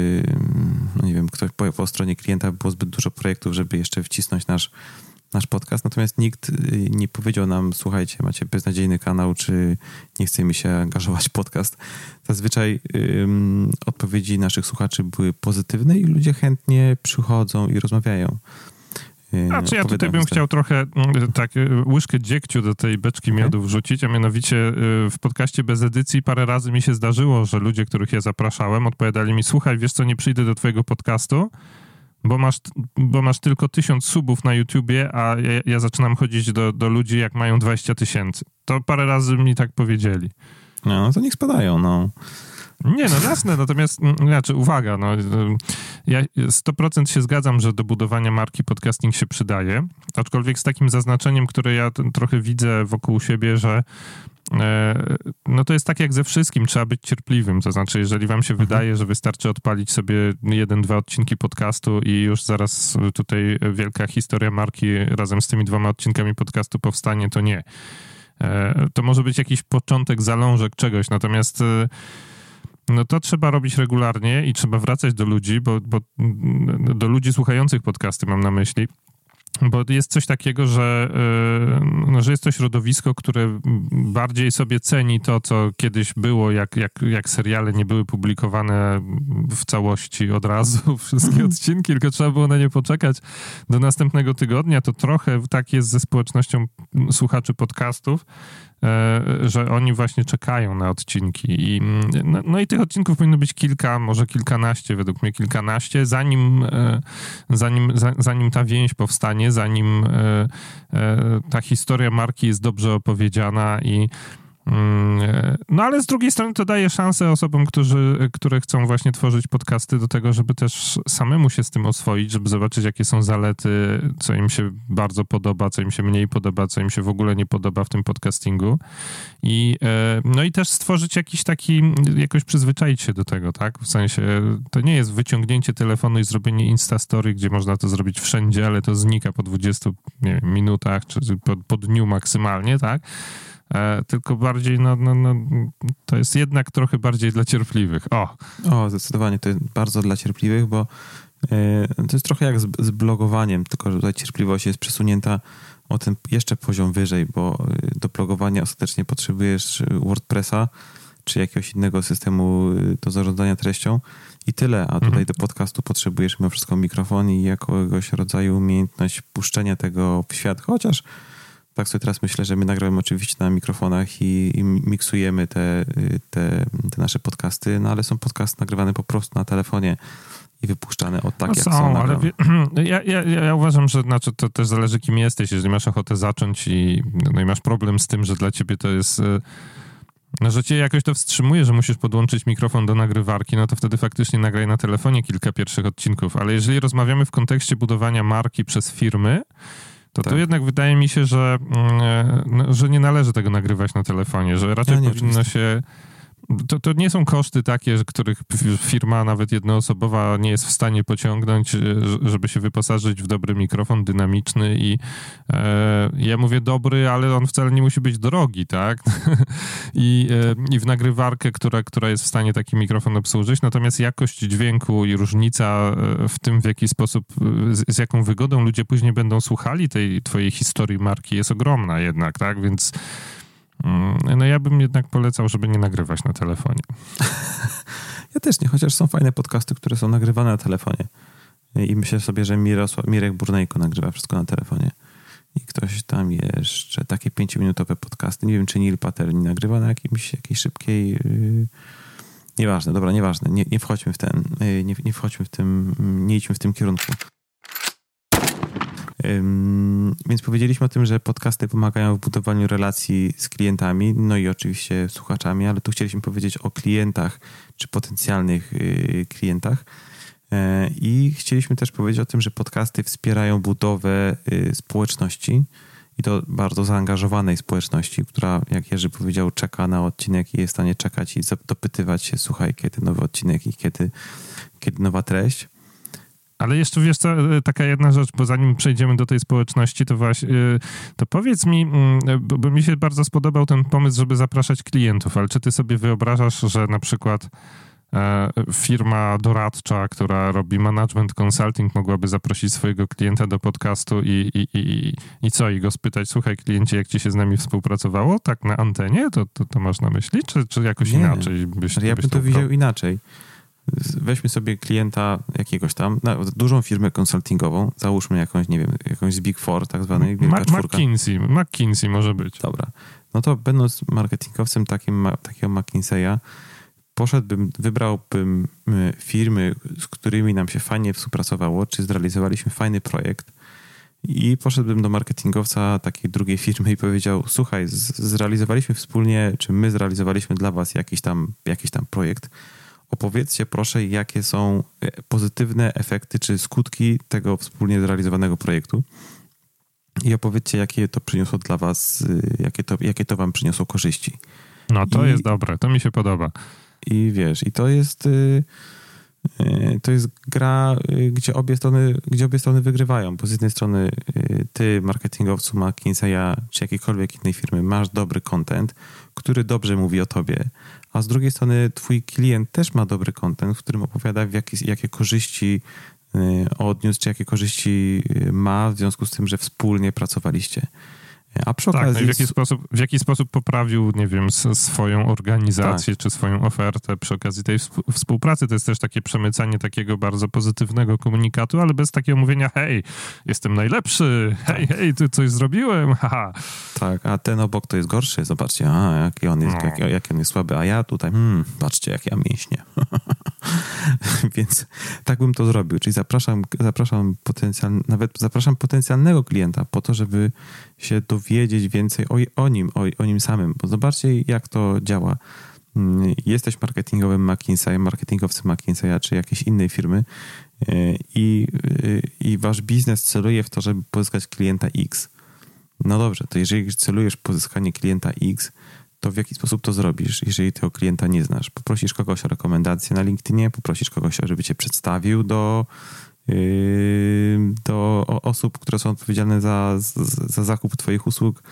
no nie wiem, ktoś po, po stronie klienta było zbyt dużo projektów, żeby jeszcze wcisnąć nasz nasz podcast, natomiast nikt nie powiedział nam, słuchajcie, macie beznadziejny kanał, czy nie chce mi się angażować w podcast. Zazwyczaj ym, odpowiedzi naszych słuchaczy były pozytywne i ludzie chętnie przychodzą i rozmawiają. A czy ja tutaj bym chciał trochę tak łyżkę dziegciu do tej beczki okay. miodu wrzucić, a mianowicie w podcaście bez edycji parę razy mi się zdarzyło, że ludzie, których ja zapraszałem, odpowiadali mi, słuchaj, wiesz co, nie przyjdę do twojego podcastu, Bo masz, bo masz tylko tysiąc subów na YouTubie, a ja, ja zaczynam chodzić do, do ludzi, jak mają dwadzieścia tysięcy. To parę razy mi tak powiedzieli. No, no to niech spadają, no. Nie, no jasne, natomiast, znaczy uwaga, no, ja sto procent się zgadzam, że do budowania marki podcasting się przydaje, aczkolwiek z takim zaznaczeniem, które ja trochę widzę wokół siebie, że no to jest tak jak ze wszystkim, trzeba być cierpliwym, to znaczy jeżeli wam się mhm. wydaje, że wystarczy odpalić sobie jeden, dwa odcinki podcastu i już zaraz tutaj wielka historia marki razem z tymi dwoma odcinkami podcastu powstanie, to nie. To może być jakiś początek, zalążek czegoś, natomiast no to trzeba robić regularnie i trzeba wracać do ludzi, bo, bo do ludzi słuchających podcasty mam na myśli. Bo jest coś takiego, że, no, że jest to środowisko, które bardziej sobie ceni to, co kiedyś było, jak, jak, jak seriale nie były publikowane w całości od razu, wszystkie odcinki, tylko trzeba było na nie poczekać do następnego tygodnia. To trochę tak jest ze społecznością słuchaczy podcastów, że oni właśnie czekają na odcinki. I, no, no i tych odcinków powinno być kilka, może kilkanaście, według mnie kilkanaście, zanim, zanim, zanim ta więź powstanie, zanim ta historia marki jest dobrze opowiedziana i no ale z drugiej strony to daje szansę osobom, którzy, które chcą właśnie tworzyć podcasty do tego, żeby też samemu się z tym oswoić, żeby zobaczyć, jakie są zalety, co im się bardzo podoba, co im się mniej podoba, co im się w ogóle nie podoba w tym podcastingu. I, no i też stworzyć jakiś taki, jakoś przyzwyczaić się do tego, tak? W sensie, to nie jest wyciągnięcie telefonu i zrobienie Instastory, gdzie można to zrobić wszędzie, ale to znika po dwudziestu nie wiem, minutach, czy po, po dniu maksymalnie, tak? Tylko bardziej, no, no, no, to jest jednak trochę bardziej dla cierpliwych. O, o zdecydowanie, to jest bardzo dla cierpliwych, bo yy, to jest trochę jak z, z blogowaniem, tylko że tutaj cierpliwość jest przesunięta o ten jeszcze poziom wyżej, bo do blogowania ostatecznie potrzebujesz WordPressa czy jakiegoś innego systemu do zarządzania treścią i tyle, a tutaj mhm. do podcastu potrzebujesz mimo wszystko mikrofon i jakiegoś rodzaju umiejętność puszczenia tego w świat, chociaż tak sobie teraz myślę, że my nagramy oczywiście na mikrofonach i, i miksujemy te, te, te nasze podcasty, no ale są podcasty nagrywane po prostu na telefonie i wypuszczane od tak, no jak są, są ale wie, ja, ja, ja uważam, że znaczy, to też zależy, kim jesteś. Jeżeli masz ochotę zacząć i, no i masz problem z tym, że dla ciebie to jest... No, że cię jakoś to wstrzymuje, że musisz podłączyć mikrofon do nagrywarki, no to wtedy faktycznie nagraj na telefonie kilka pierwszych odcinków. Ale jeżeli rozmawiamy w kontekście budowania marki przez firmy, to tak. tu jednak wydaje mi się, że, no, że nie należy tego nagrywać na telefonie, że raczej ja nie, powinno oczywiście. się... To, to nie są koszty takie, których firma nawet jednoosobowa nie jest w stanie pociągnąć, żeby się wyposażyć w dobry mikrofon dynamiczny i e, ja mówię dobry, ale on wcale nie musi być drogi, tak? I, e, i w nagrywarkę, która, która jest w stanie taki mikrofon obsłużyć, natomiast jakość dźwięku i różnica w tym, w jaki sposób, z, z jaką wygodą ludzie później będą słuchali tej twojej historii marki jest ogromna jednak, tak? Więc no ja bym jednak polecał, żeby nie nagrywać na telefonie. Ja też nie, chociaż są fajne podcasty, które są nagrywane na telefonie. I myślę sobie, że Mirosław, Mirek Burnejko nagrywa wszystko na telefonie. I ktoś tam jeszcze takie pięciominutowe podcasty. Nie wiem, czy Neil Patel nie nagrywa na jakimś, jakiejś szybkiej... Yy... Nieważne, dobra, nieważne. Nie, nie wchodźmy w ten... Yy, nie, nie wchodźmy w tym... Nie idźmy w tym kierunku. Um, więc powiedzieliśmy o tym, że podcasty pomagają w budowaniu relacji z klientami, no i oczywiście słuchaczami, ale tu chcieliśmy powiedzieć o klientach czy potencjalnych y, klientach e, i chcieliśmy też powiedzieć o tym, że podcasty wspierają budowę y, społeczności i to bardzo zaangażowanej społeczności, która, jak Jerzy powiedział, czeka na odcinek i jest w stanie czekać i dopytywać się, słuchaj, kiedy nowy odcinek i kiedy, kiedy nowa treść. Ale jeszcze wiesz co, taka jedna rzecz, bo zanim przejdziemy do tej społeczności, to właśnie, to powiedz mi, bo, bo mi się bardzo spodobał ten pomysł, żeby zapraszać klientów, ale czy ty sobie wyobrażasz, że na przykład e, firma doradcza, która robi management consulting, mogłaby zaprosić swojego klienta do podcastu i, i, i, i co, i go spytać, słuchaj kliencie, jak ci się z nami współpracowało, tak na antenie, to, to, to masz na myśli, czy, czy jakoś Nie. inaczej byś, ja byś bym to ubrał? widział inaczej. Weźmy sobie klienta jakiegoś tam, dużą firmę konsultingową, załóżmy jakąś, nie wiem, jakąś z Big Four, tak zwanej, wielka Ma- czwórka. McKinsey, McKinsey może być. Dobra. No to będąc marketingowcem takim, takiego McKinsey'a, poszedłbym, wybrałbym firmy, z którymi nam się fajnie współpracowało, czy zrealizowaliśmy fajny projekt i poszedłbym do marketingowca takiej drugiej firmy i powiedział, słuchaj, z- zrealizowaliśmy wspólnie, czy my zrealizowaliśmy dla was jakiś tam, jakiś tam projekt. Opowiedzcie proszę, jakie są pozytywne efekty czy skutki tego wspólnie zrealizowanego projektu i opowiedzcie, jakie to przyniosło dla was, jakie to, jakie to wam przyniosło korzyści. No to I, jest dobre, to mi się podoba. I wiesz, i to jest to jest gra, gdzie obie strony, gdzie obie strony wygrywają, bo z jednej strony ty, marketingowcu McKinsey'a czy jakiejkolwiek innej firmy, masz dobry content, który dobrze mówi o tobie, a z drugiej strony twój klient też ma dobry content, w którym opowiada, w jakie, jakie korzyści odniósł, czy jakie korzyści ma w związku z tym, że wspólnie pracowaliście. A przy tak, okazji... no i w jaki sposób, w jaki sposób poprawił, nie wiem, s- swoją organizację, tak. czy swoją ofertę przy okazji tej współ- współpracy. To jest też takie przemycanie takiego bardzo pozytywnego komunikatu, ale bez takiego mówienia, hej, jestem najlepszy, hej, tak. hej, tu coś zrobiłem, haha. Tak, a ten obok to jest gorszy, zobaczcie, a, jaki on jest, no. jaki, jaki on jest słaby, a ja tutaj, hmm, patrzcie, jak ja mięśnie. Więc tak bym to zrobił, czyli zapraszam, zapraszam potencjal, nawet zapraszam potencjalnego klienta po to, żeby się dowiedzieć więcej o, o nim, o, o nim samym, bo zobaczcie, jak to działa. Jesteś marketingowym McKinsey, marketingowcem McKinsey'a czy jakiejś innej firmy i, i wasz biznes celuje w to, żeby pozyskać klienta X. No dobrze, to jeżeli celujesz w pozyskanie klienta X, to w jaki sposób to zrobisz, jeżeli tego klienta nie znasz? Poprosisz kogoś o rekomendację na LinkedInie, poprosisz kogoś, żeby cię przedstawił do, yy, do osób, które są odpowiedzialne za, za, za zakup twoich usług.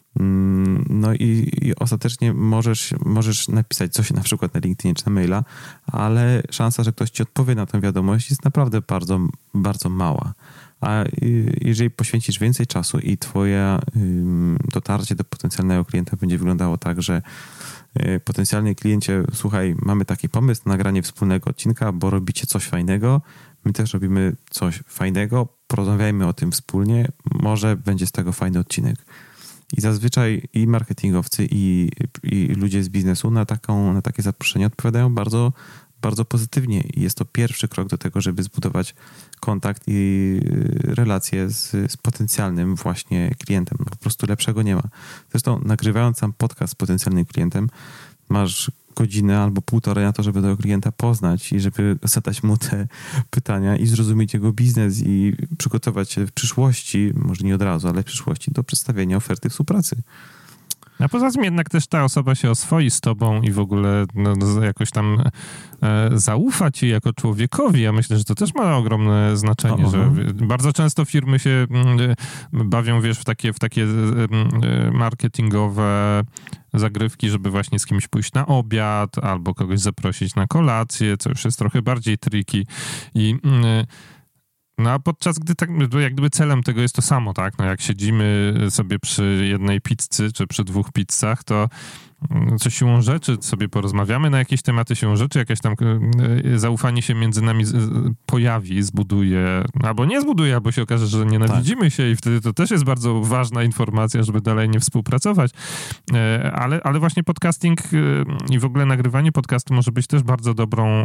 No i, i ostatecznie możesz, możesz napisać coś na przykład na LinkedInie czy na maila, ale szansa, że ktoś ci odpowie na tę wiadomość jest naprawdę bardzo, bardzo mała. A jeżeli poświęcisz więcej czasu i twoje dotarcie do potencjalnego klienta będzie wyglądało tak, że potencjalny kliencie, słuchaj, mamy taki pomysł na nagranie wspólnego odcinka, bo robicie coś fajnego, my też robimy coś fajnego, porozmawiajmy o tym wspólnie, może będzie z tego fajny odcinek. I zazwyczaj i marketingowcy, i, i ludzie z biznesu na, taką, na takie zaproszenie odpowiadają bardzo, bardzo pozytywnie. I jest to pierwszy krok do tego, żeby zbudować kontakt i relacje z, z potencjalnym właśnie klientem. Po prostu lepszego nie ma. Zresztą nagrywając sam podcast z potencjalnym klientem, masz godzinę albo półtorej na to, żeby tego klienta poznać i żeby zadać mu te pytania i zrozumieć jego biznes i przygotować się w przyszłości, może nie od razu, ale w przyszłości do przedstawienia oferty współpracy. A poza tym jednak też ta osoba się oswoi z tobą i w ogóle no, jakoś tam e, zaufa ci jako człowiekowi. Ja myślę, że to też ma ogromne znaczenie, o, że bardzo często firmy się m, bawią, wiesz, w takie, w takie m, marketingowe zagrywki, żeby właśnie z kimś pójść na obiad albo kogoś zaprosić na kolację, co już jest trochę bardziej tricky. I m, No a podczas gdy tak, jak gdyby celem tego jest to samo, tak? No jak siedzimy sobie przy jednej pizzy, czy przy dwóch pizzach, to co siłą rzeczy sobie porozmawiamy na jakieś tematy, siłą rzeczy jakaś tam zaufanie się między nami pojawi, zbuduje, albo nie zbuduje, albo się okaże, że nienawidzimy tak. się i wtedy to też jest bardzo ważna informacja, żeby dalej nie współpracować. Ale, ale właśnie podcasting i w ogóle nagrywanie podcastu może być też bardzo dobrą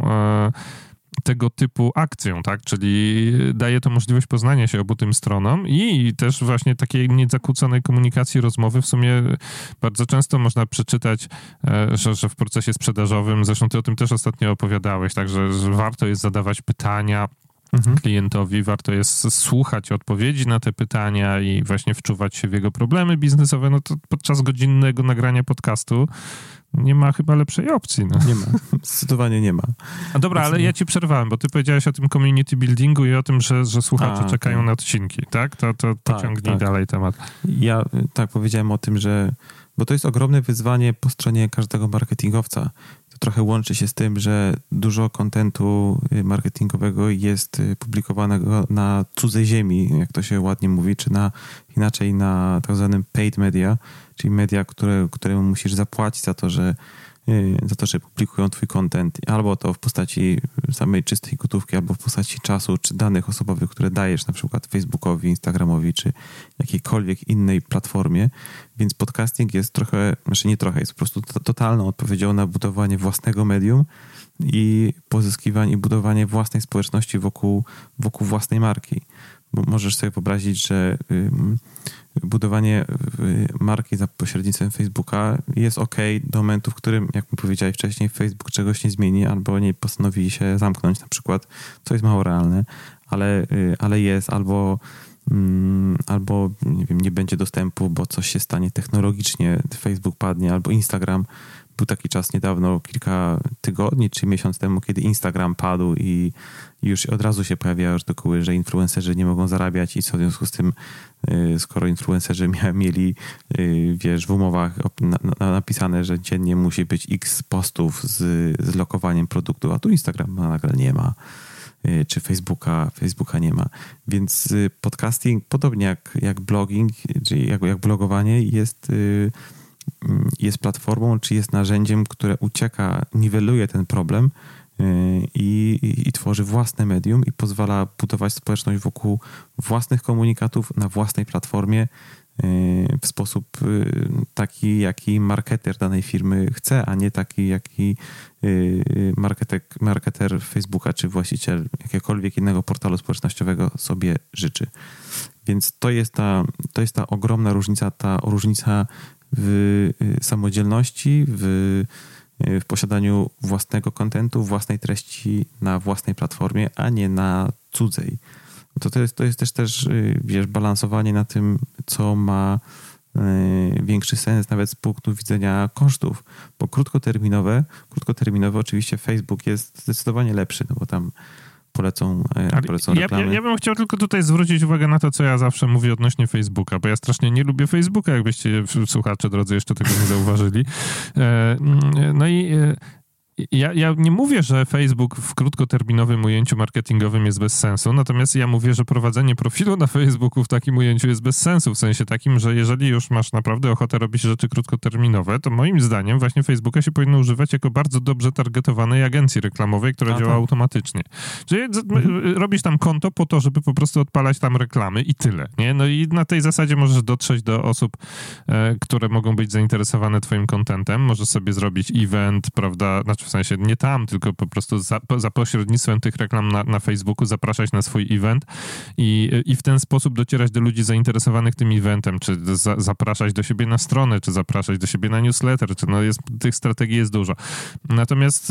tego typu akcją, tak? Czyli daje to możliwość poznania się obu tym stronom i też właśnie takiej niezakłóconej komunikacji, rozmowy. W sumie bardzo często można przeczytać, że, że w procesie sprzedażowym, zresztą ty o tym też ostatnio opowiadałeś, także że warto jest zadawać pytania, mhm. klientowi, warto jest słuchać odpowiedzi na te pytania i właśnie wczuwać się w jego problemy biznesowe, no to podczas godzinnego nagrania podcastu nie ma chyba lepszej opcji. No. Nie ma. Zdecydowanie nie ma. A dobra, ale ja ci przerwałem, bo ty powiedziałeś o tym community buildingu i o tym, że, że słuchacze A, czekają tak. na odcinki, tak? To, to tak, pociągnij tak. dalej temat. Ja tak powiedziałem o tym, że bo to jest ogromne wyzwanie po stronie każdego marketingowca. To trochę łączy się z tym, że dużo kontentu marketingowego jest publikowanego na cudzej ziemi, jak to się ładnie mówi, czy na inaczej na tak zwanym paid media, czyli media, które, któremu musisz zapłacić za to, że za to, że publikują twój content, albo to w postaci samej czystej gotówki, albo w postaci czasu, czy danych osobowych, które dajesz na przykład Facebookowi, Instagramowi, czy jakiejkolwiek innej platformie. Więc podcasting jest trochę, znaczy nie trochę, jest po prostu totalną odpowiedzią na budowanie własnego medium i pozyskiwanie i budowanie własnej społeczności wokół, wokół własnej marki. Bo możesz sobie wyobrazić, że budowanie marki za pośrednictwem Facebooka jest ok do momentu, w którym, jak mi powiedziałeś wcześniej, Facebook czegoś nie zmieni albo nie postanowi się zamknąć na przykład, co jest mało realne, ale, ale jest, albo albo nie wiem, nie będzie dostępu, bo coś się stanie technologicznie, Facebook padnie, albo Instagram. Był taki czas niedawno, kilka tygodni czy miesiąc temu, kiedy Instagram padł i już od razu się pojawiały artykuły, że influencerzy nie mogą zarabiać i co w związku z tym, skoro influencerzy mia- mieli, wiesz, w umowach na, na, napisane, że dziennie musi być x postów z, z lokowaniem produktu, a tu Instagram nagle nie ma, czy Facebooka, Facebooka nie ma. Więc podcasting, podobnie jak, jak blogging, czyli jak, jak blogowanie, jest jest platformą, czy jest narzędziem, które ucieka, niweluje ten problem i, i, i tworzy własne medium i pozwala budować społeczność wokół własnych komunikatów na własnej platformie w sposób taki, jaki marketer danej firmy chce, a nie taki, jaki marketer, marketer Facebooka czy właściciel jakiegokolwiek innego portalu społecznościowego sobie życzy. Więc to jest ta, to jest ta ogromna różnica, ta różnica w samodzielności, w, w posiadaniu własnego kontentu, własnej treści na własnej platformie, a nie na cudzej. To, to, jest, to jest też, też, wiesz, balansowanie na tym, co ma większy sens nawet z punktu widzenia kosztów, bo krótkoterminowe, krótkoterminowe oczywiście Facebook jest zdecydowanie lepszy, no bo tam polecą, polecą ja, reklamy. Ja, ja bym chciał tylko tutaj zwrócić uwagę na to, co ja zawsze mówię odnośnie Facebooka, bo ja strasznie nie lubię Facebooka, jakbyście słuchacze drodzy jeszcze tego nie zauważyli. No i Ja, ja nie mówię, że Facebook w krótkoterminowym ujęciu marketingowym jest bez sensu, natomiast ja mówię, że prowadzenie profilu na Facebooku w takim ujęciu jest bez sensu, w sensie takim, że jeżeli już masz naprawdę ochotę robić rzeczy krótkoterminowe, to moim zdaniem właśnie Facebooka się powinno używać jako bardzo dobrze targetowanej agencji reklamowej, która A, działa tak. automatycznie. Czyli mhm. robisz tam konto po to, żeby po prostu odpalać tam reklamy i tyle, nie? No i na tej zasadzie możesz dotrzeć do osób, e, które mogą być zainteresowane twoim contentem, możesz sobie zrobić event, prawda, znaczy w sensie nie tam, tylko po prostu za, za pośrednictwem tych reklam na, na Facebooku zapraszać na swój event i, i w ten sposób docierać do ludzi zainteresowanych tym eventem, czy za, zapraszać do siebie na stronę, czy zapraszać do siebie na newsletter, czy no jest, tych strategii jest dużo. Natomiast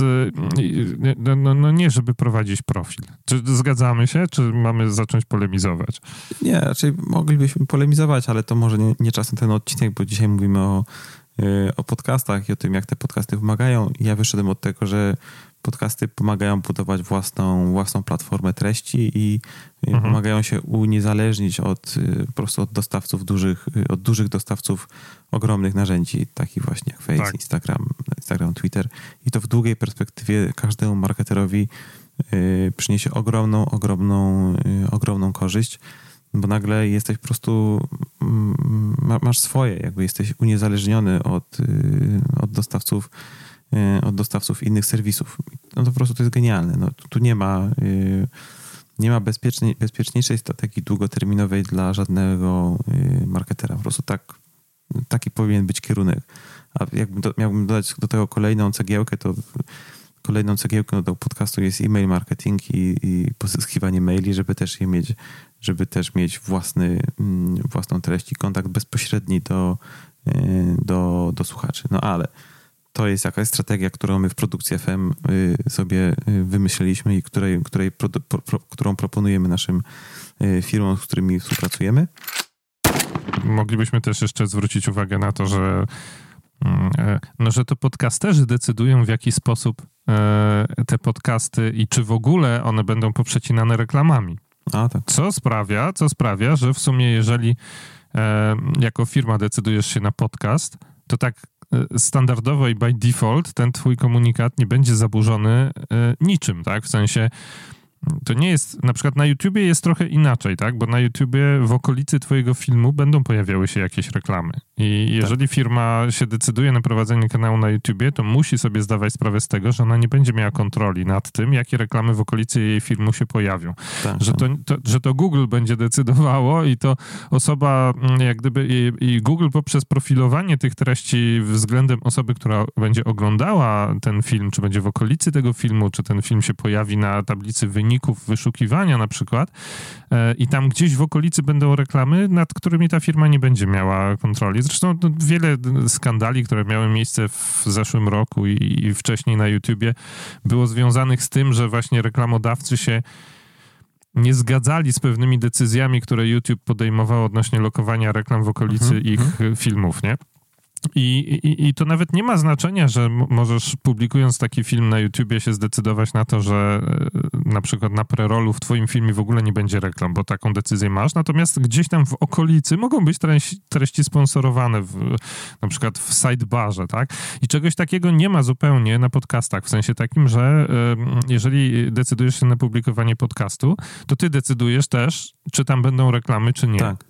no, no, no nie, żeby prowadzić profil. Czy zgadzamy się, czy mamy zacząć polemizować? Nie, raczej moglibyśmy polemizować, ale to może nie, nie czas na ten odcinek, bo dzisiaj mówimy o o podcastach i o tym, jak te podcasty pomagają. Ja wyszedłem od tego, że podcasty pomagają budować własną, własną platformę treści i mhm. pomagają się uniezależnić od po prostu od dostawców dużych, od dużych dostawców ogromnych narzędzi, takich właśnie jak Facebook, tak. Instagram, Instagram, Twitter. I to w długiej perspektywie każdemu marketerowi y, przyniesie ogromną, ogromną, y, ogromną korzyść, bo nagle jesteś po prostu, masz swoje, jakby jesteś uniezależniony od, od dostawców, od dostawców innych serwisów. No to po prostu to jest genialne. No, tu, tu nie ma, nie ma bezpiecznej, bezpieczniejszej strategii długoterminowej dla żadnego marketera. Po prostu tak, taki powinien być kierunek. A jakbym do, miałbym dodać do tego kolejną cegiełkę, to kolejną cegiełką do podcastu jest e-mail marketing i, i pozyskiwanie maili, żeby też je mieć, żeby też mieć własny, własną treść i kontakt bezpośredni do, do, do słuchaczy. No ale to jest jakaś strategia, którą my w Produkcji F M y, sobie y, wymyśliliśmy i której, której pro, pro, pro, którą proponujemy naszym y, firmom, z którymi współpracujemy. Moglibyśmy też jeszcze zwrócić uwagę na to, że, no, że to podcasterzy decydują, w jaki sposób te podcasty i czy w ogóle one będą poprzecinane reklamami. A, tak. Co sprawia, co sprawia, że w sumie jeżeli e, jako firma decydujesz się na podcast, to tak e, standardowo i by default ten twój komunikat nie będzie zaburzony e, niczym, tak? W sensie to nie jest, na przykład na YouTubie jest trochę inaczej, tak? Bo na YouTubie w okolicy twojego filmu będą pojawiały się jakieś reklamy. I jeżeli tak. firma się decyduje na prowadzenie kanału na YouTubie, to musi sobie zdawać sprawę z tego, że ona nie będzie miała kontroli nad tym, jakie reklamy w okolicy jej filmu się pojawią. Tak, że, to, to, że to Google będzie decydowało i to osoba, jak gdyby i, i Google poprzez profilowanie tych treści względem osoby, która będzie oglądała ten film, czy będzie w okolicy tego filmu, czy ten film się pojawi na tablicy wyników, wyszukiwania na przykład i tam gdzieś w okolicy będą reklamy, nad którymi ta firma nie będzie miała kontroli. Zresztą no, wiele skandali, które miały miejsce w zeszłym roku i, i wcześniej na YouTubie było związanych z tym, że właśnie reklamodawcy się nie zgadzali z pewnymi decyzjami, które YouTube podejmował odnośnie lokowania reklam w okolicy mhm, ich mhm. filmów, nie? I, i, I to nawet nie ma znaczenia, że możesz publikując taki film na YouTubie się zdecydować na to, że na przykład na prerolu w twoim filmie w ogóle nie będzie reklam, bo taką decyzję masz, natomiast gdzieś tam w okolicy mogą być treści, treści sponsorowane, w, na przykład w sidebarze, tak? I czegoś takiego nie ma zupełnie na podcastach, w sensie takim, że jeżeli decydujesz się na publikowanie podcastu, to ty decydujesz też, czy tam będą reklamy, czy nie. Tak.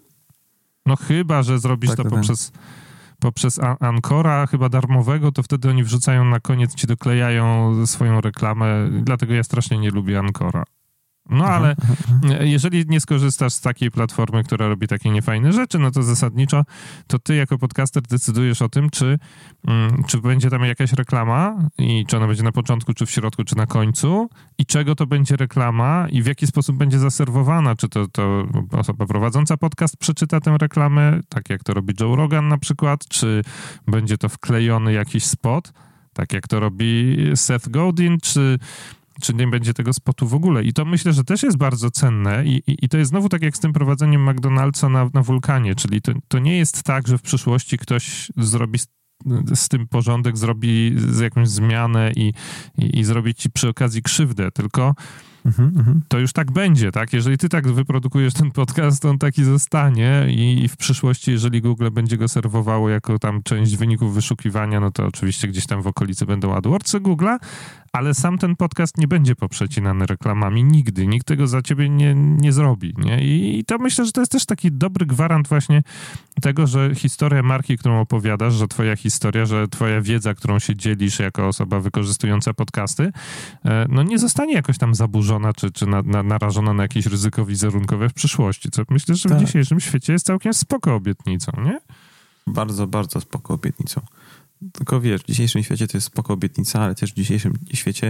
No chyba, że zrobisz tak, to poprzez... poprzez Ancora, chyba darmowego, to wtedy oni wrzucają na koniec, ci doklejają swoją reklamę, dlatego ja strasznie nie lubię Ancora. No aha, ale aha. jeżeli nie skorzystasz z takiej platformy, która robi takie niefajne rzeczy, no to zasadniczo to ty jako podcaster decydujesz o tym, czy, mm, czy będzie tam jakaś reklama i czy ona będzie na początku, czy w środku, czy na końcu i czego to będzie reklama i w jaki sposób będzie zaserwowana. Czy to, to osoba prowadząca podcast przeczyta tę reklamę, tak jak to robi Joe Rogan na przykład, czy będzie to wklejony jakiś spot, tak jak to robi Seth Godin, czy czy nie będzie tego spotu w ogóle. I to myślę, że też jest bardzo cenne i, i, i to jest znowu tak jak z tym prowadzeniem McDonald'sa na, na wulkanie, czyli to, to nie jest tak, że w przyszłości ktoś zrobi z, z tym porządek, zrobi z jakąś zmianę i, i, i zrobi ci przy okazji krzywdę, tylko mhm, to już tak będzie, tak? Jeżeli ty tak wyprodukujesz ten podcast, to on taki zostanie i, i w przyszłości, jeżeli Google będzie go serwowało jako tam część wyników wyszukiwania, no to oczywiście gdzieś tam w okolicy będą AdWordsy Google'a, ale sam ten podcast nie będzie poprzecinany reklamami nigdy. Nikt tego za ciebie nie, nie zrobi, nie? I, I to myślę, że to jest też taki dobry gwarant właśnie tego, że historia marki, którą opowiadasz, że twoja historia, że twoja wiedza, którą się dzielisz jako osoba wykorzystująca podcasty, no nie zostanie jakoś tam zaburzona, czy, czy na, na, narażona na jakieś ryzyko wizerunkowe w przyszłości, co myślę, że tak. w dzisiejszym świecie jest całkiem spoko obietnicą, nie? Bardzo, bardzo spoko obietnicą. Tylko wiesz, w dzisiejszym świecie to jest spoko obietnica, ale też w dzisiejszym świecie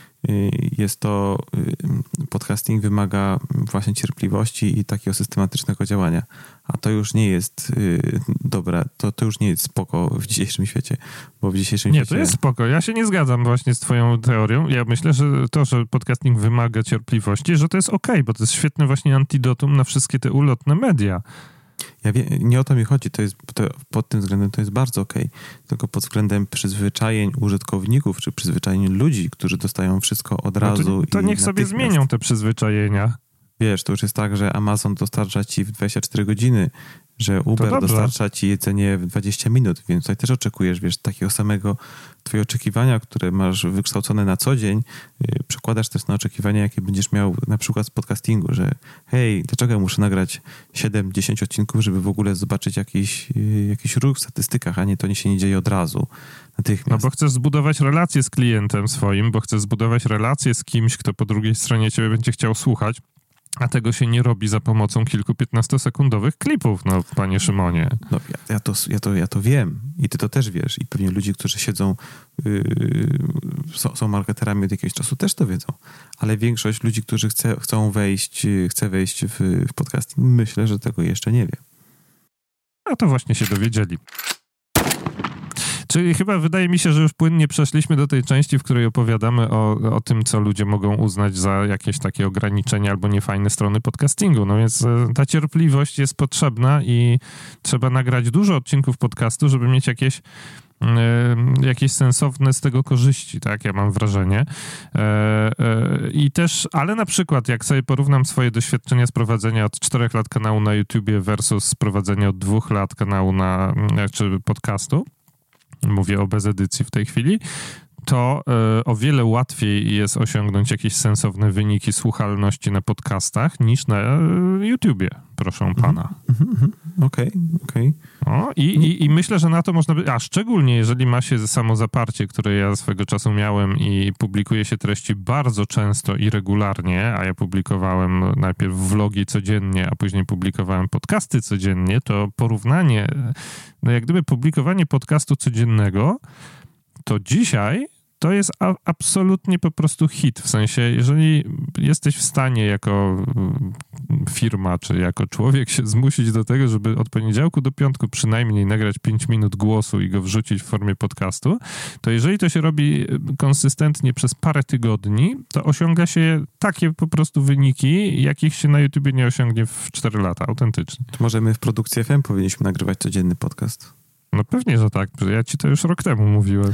jest to, podcasting wymaga właśnie cierpliwości i takiego systematycznego działania. A to już nie jest dobre, to, to już nie jest spoko w dzisiejszym świecie, bo w dzisiejszym nie, świecie... Nie, to jest spoko. Ja się nie zgadzam właśnie z twoją teorią. Ja myślę, że to, że podcasting wymaga cierpliwości, że to jest okej, bo to jest świetne właśnie antidotum na wszystkie te ulotne media. Ja wie, nie o to mi chodzi, to jest, to, pod tym względem to jest bardzo okej, okay. Tylko pod względem przyzwyczajeń użytkowników, czy przyzwyczajeń ludzi, którzy dostają wszystko od razu. No to, to i niech sobie zmienią te przyzwyczajenia. Wiesz, to już jest tak, że Amazon dostarcza ci w dwadzieścia cztery godziny, że Uber dostarcza ci jedzenie w dwadzieścia minut, więc tutaj też oczekujesz, wiesz, takiego samego twoje oczekiwania, które masz wykształcone na co dzień, yy, przekładasz też na oczekiwania, jakie będziesz miał na przykład z podcastingu, że hej, dlaczego ja muszę nagrać siedem dziesięć odcinków, żeby w ogóle zobaczyć jakiś, yy, jakiś ruch w statystykach, a nie to nie się nie dzieje od razu, natychmiast. No bo chcesz zbudować relację z klientem swoim, bo chcesz zbudować relację z kimś, kto po drugiej stronie ciebie będzie chciał słuchać. A tego się nie robi za pomocą kilku piętnastosekundowych klipów, no panie Szymonie. No ja, ja, to, ja, to, ja to wiem i ty to też wiesz i pewnie ludzie, którzy siedzą, yy, są, są marketerami od jakiegoś czasu też to wiedzą, ale większość ludzi, którzy chce, chcą wejść, chce wejść w, w podcasting, myślę, że tego jeszcze nie wie. A to właśnie się dowiedzieli. Czyli chyba wydaje mi się, że już płynnie przeszliśmy do tej części, w której opowiadamy o, o tym, co ludzie mogą uznać za jakieś takie ograniczenia albo niefajne strony podcastingu. No więc ta cierpliwość jest potrzebna i trzeba nagrać dużo odcinków podcastu, żeby mieć jakieś jakieś sensowne z tego korzyści, tak? Ja mam wrażenie. I też, ale na przykład jak sobie porównam swoje doświadczenia z prowadzenia od czterech lat kanału na YouTubie versus prowadzenia od dwóch lat kanału na, czy podcastu, mówię o bez edycji w tej chwili, to y, o wiele łatwiej jest osiągnąć jakieś sensowne wyniki słuchalności na podcastach niż na y, YouTubie, proszę pana. Okej, okej. Okay. I, i, I myślę, że na to można by... A szczególnie jeżeli ma się samozaparcie, które ja swego czasu miałem i publikuje się treści bardzo często i regularnie, a ja publikowałem najpierw vlogi codziennie, a później publikowałem podcasty codziennie, to porównanie, no jak gdyby publikowanie podcastu codziennego, to dzisiaj to jest a, absolutnie po prostu hit. W sensie, jeżeli jesteś w stanie jako firma, czy jako człowiek się zmusić do tego, żeby od poniedziałku do piątku przynajmniej nagrać pięć minut głosu i go wrzucić w formie podcastu, to jeżeli to się robi konsystentnie przez parę tygodni, to osiąga się takie po prostu wyniki, jakich się na YouTubie nie osiągnie w cztery lata, autentycznie. To może my w Produkcji F M powinniśmy nagrywać codzienny podcast? No pewnie, że tak. Ja ci to już rok temu mówiłem.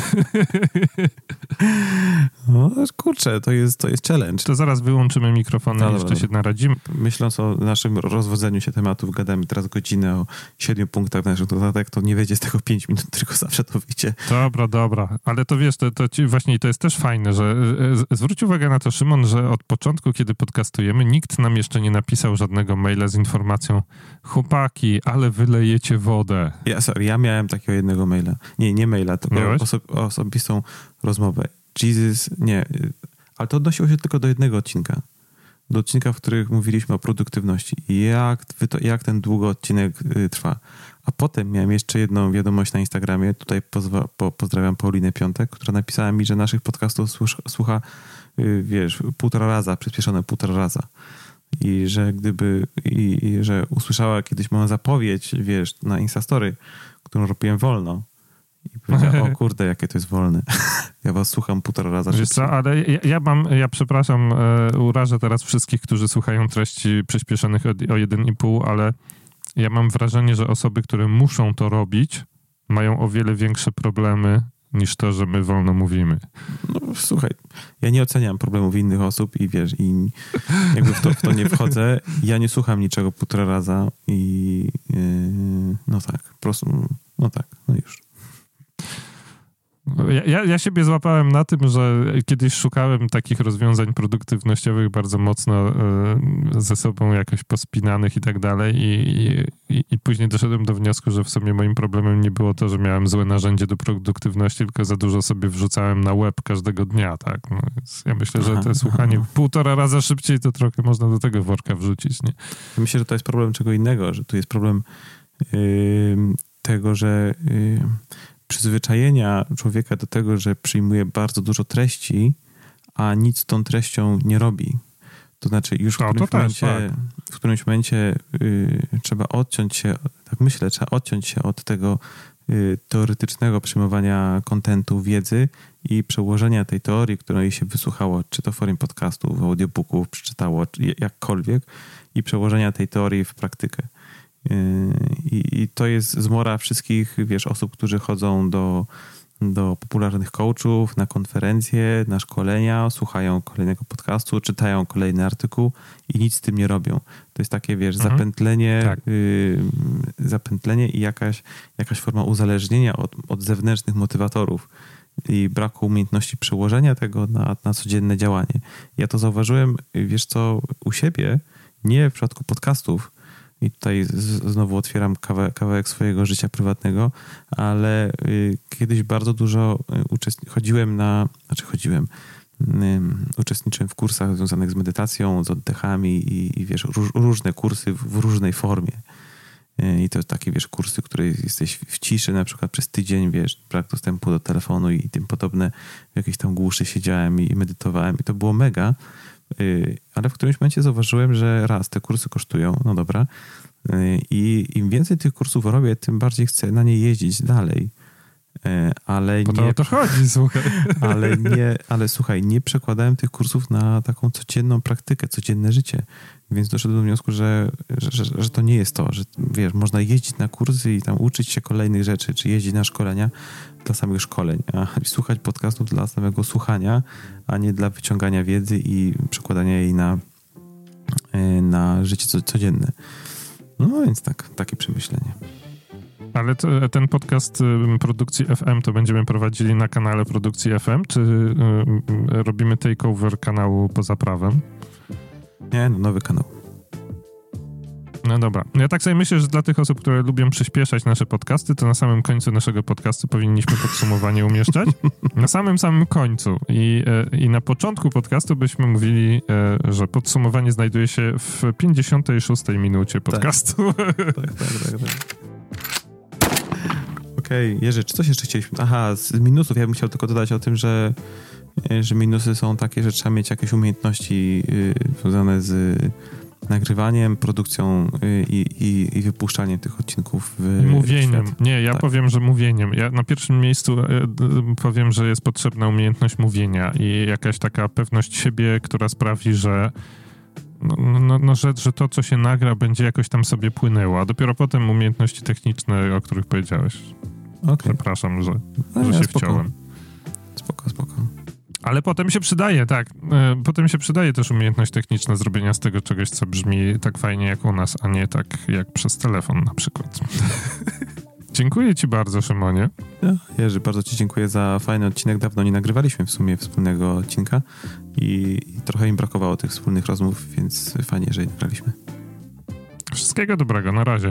No kurczę, to jest, to jest challenge. To zaraz wyłączymy mikrofony no, i jeszcze się naradzimy. Myśląc o naszym rozwodzeniu się tematów, gadamy teraz godzinę o siedmiu punktach naszych dodatek, to nie wejdzie z tego pięć minut, tylko zawsze to wyjdzie. Dobra, dobra. Ale to wiesz, to, to ci właśnie to jest też fajne, że z, zwróć uwagę na to, Szymon, że od początku, kiedy podcastujemy, nikt nam jeszcze nie napisał żadnego maila z informacją: chłopaki, ale wylejecie wodę. Ja, sorry, ja miałem takiego jednego maila. Nie, nie maila, tylko oso- osobistą rozmowę. Jesus, nie, ale to odnosiło się tylko do jednego odcinka. Do odcinka, w których mówiliśmy o produktywności i jak, jak ten długi odcinek y, trwa. A potem miałem jeszcze jedną wiadomość na Instagramie. Tutaj pozwa, po, pozdrawiam Paulinę Piątek, która napisała mi, że naszych podcastów słucha, słucha y, wiesz, półtora raza, przyspieszone półtora raza. I że gdyby, i, i że usłyszała kiedyś moją zapowiedź, wiesz, na Instastory, którą robiłem wolno. I powiedziała: o kurde, jakie to jest wolne. Ja was słucham półtora raza szybciej. Wiesz co, ale ja, ja mam, ja przepraszam, e, urażę teraz wszystkich, którzy słuchają treści przyspieszonych o, o jeden i pół, ale ja mam wrażenie, że osoby, które muszą to robić, mają o wiele większe problemy niż to, że my wolno mówimy. No słuchaj, ja nie oceniam problemów innych osób i wiesz, i jakby w to, w to nie wchodzę. Ja nie słucham niczego półtora raza i yy, no tak, po prostu, no tak, no już. Ja, ja siebie złapałem na tym, że kiedyś szukałem takich rozwiązań produktywnościowych bardzo mocno y, ze sobą jakoś pospinanych i tak dalej i, i, i później doszedłem do wniosku, że w sumie moim problemem nie było to, że miałem złe narzędzie do produktywności, tylko za dużo sobie wrzucałem na web każdego dnia, tak? No, więc ja myślę, że to słuchanie aha. półtora raza szybciej to trochę można do tego worka wrzucić, nie? Myślę, że to jest problem czego innego, że tu jest problem yy, tego, że yy, przyzwyczajenia człowieka do tego, że przyjmuje bardzo dużo treści, a nic z tą treścią nie robi. To znaczy już w którymś no momencie, też, tak. w którymś momencie yy, trzeba odciąć się, tak myślę, trzeba odciąć się od tego yy, teoretycznego przyjmowania kontentu, wiedzy i przełożenia tej teorii, której się wysłuchało, czy to w formie podcastów, audiobooków, przeczytało, czy jakkolwiek, i przełożenia tej teorii w praktykę. I, I to jest zmora wszystkich, wiesz, osób, którzy chodzą do, do popularnych coachów, na konferencje, na szkolenia, słuchają kolejnego podcastu, czytają kolejny artykuł i nic z tym nie robią. To jest takie, wiesz, mhm. zapętlenie, tak. y, zapętlenie i jakaś, jakaś forma uzależnienia od, od zewnętrznych motywatorów i braku umiejętności przełożenia tego na, na codzienne działanie. Ja to zauważyłem, wiesz co, u siebie, nie w przypadku podcastów, i tutaj z, znowu otwieram kawa, kawałek swojego życia prywatnego, ale y, kiedyś bardzo dużo uczestni- chodziłem na, znaczy chodziłem, y, uczestniczyłem w kursach związanych z medytacją, z oddechami i, i wiesz, róż, różne kursy w, w różnej formie. Y, I to takie, wiesz, kursy, które jesteś w ciszy, na przykład przez tydzień, wiesz, brak dostępu do telefonu i tym podobne. W jakiejś tam głuszy siedziałem i, i medytowałem i to było mega. Ale w którymś momencie zauważyłem, że raz, te kursy kosztują, no dobra, i im więcej tych kursów robię, tym bardziej chcę na nie jeździć dalej. ale po to nie... o to chodzi, słuchaj. Ale nie, ale słuchaj, nie przekładałem tych kursów na taką codzienną praktykę, codzienne życie. Więc doszedłem do wniosku, że, że, że to nie jest to, że wiesz, można jeździć na kursy i tam uczyć się kolejnych rzeczy, czy jeździć na szkolenia dla samych szkoleń, a słuchać podcastów dla samego słuchania, a nie dla wyciągania wiedzy i przekładania jej na, na życie codzienne. No więc tak, takie przemyślenie. Ale to, ten podcast produkcji F M to będziemy prowadzili na kanale produkcji F M, czy y, y, robimy takeover kanału poza prawem? Nie, no nowy kanał. No dobra. Ja tak sobie myślę, że dla tych osób, które lubią przyspieszać nasze podcasty, to na samym końcu naszego podcastu powinniśmy podsumowanie umieszczać. Na samym samym końcu. I, i na początku podcastu byśmy mówili, że podsumowanie znajduje się w pięćdziesiątej szóstej minucie podcastu. Tak, tak, tak. tak, tak. Okej, okay. Jerzy, czy coś jeszcze chcieliśmy? Aha, z minusów ja bym chciał tylko dodać o tym, że, że minusy są takie, że trzeba mieć jakieś umiejętności yy, związane z nagrywaniem, produkcją yy, i, i wypuszczaniem tych odcinków w Mówieniem. świat. Nie, ja tak. powiem, że mówieniem. Ja na pierwszym miejscu yy, powiem, że jest potrzebna umiejętność mówienia i jakaś taka pewność siebie, która sprawi, że No, no, no że, że to, co się nagra, będzie jakoś tam sobie płynęło, a dopiero potem umiejętności techniczne, o których powiedziałeś. Okay. Przepraszam, że, no, że ja, się spoko. wciąłem. Spoko, spoko. Ale potem się przydaje, tak. E, potem się przydaje też umiejętność techniczna zrobienia z tego czegoś, co brzmi tak fajnie jak u nas, a nie tak jak przez telefon na przykład. Dziękuję ci bardzo, Szymonie. Ja, Jerzy, bardzo ci dziękuję za fajny odcinek. Dawno nie nagrywaliśmy w sumie wspólnego odcinka i, i trochę im brakowało tych wspólnych rozmów, więc fajnie, że je nagraliśmy. Wszystkiego dobrego, na razie.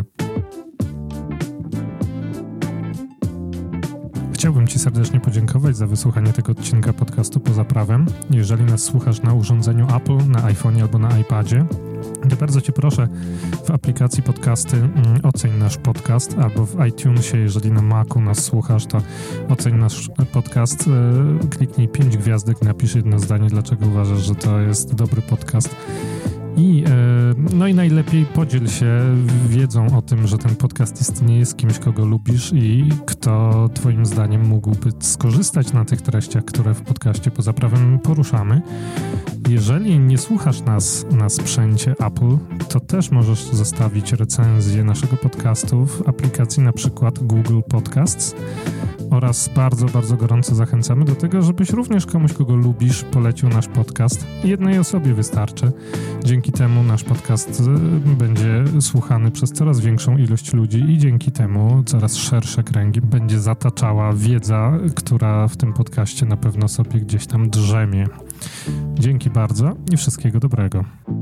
Chciałbym ci serdecznie podziękować za wysłuchanie tego odcinka podcastu Poza Prawem. Jeżeli nas słuchasz na urządzeniu Apple, na iPhone'ie albo na iPadzie, to bardzo cię proszę, w aplikacji podcasty mm, oceń nasz podcast, albo w iTunesie, jeżeli na Macu nas słuchasz, to oceń nasz podcast, yy, kliknij pięć gwiazdek, napisz jedno zdanie, dlaczego uważasz, że to jest dobry podcast. I, no i najlepiej podziel się wiedzą o tym, że ten podcast istnieje, z kimś, kogo lubisz i kto twoim zdaniem mógłby skorzystać na tych treściach, które w podcaście Poza Prawem poruszamy. Jeżeli nie słuchasz nas na sprzęcie Apple, to też możesz zostawić recenzję naszego podcastu w aplikacji na przykład Google Podcasts oraz bardzo, bardzo gorąco zachęcamy do tego, żebyś również komuś, kogo lubisz, polecił nasz podcast. Jednej osobie wystarczy. Dzięki temu nasz podcast będzie słuchany przez coraz większą ilość ludzi i dzięki temu coraz szersze kręgi będzie zataczała wiedza, która w tym podcaście na pewno sobie gdzieś tam drzemie. Dzięki bardzo i wszystkiego dobrego.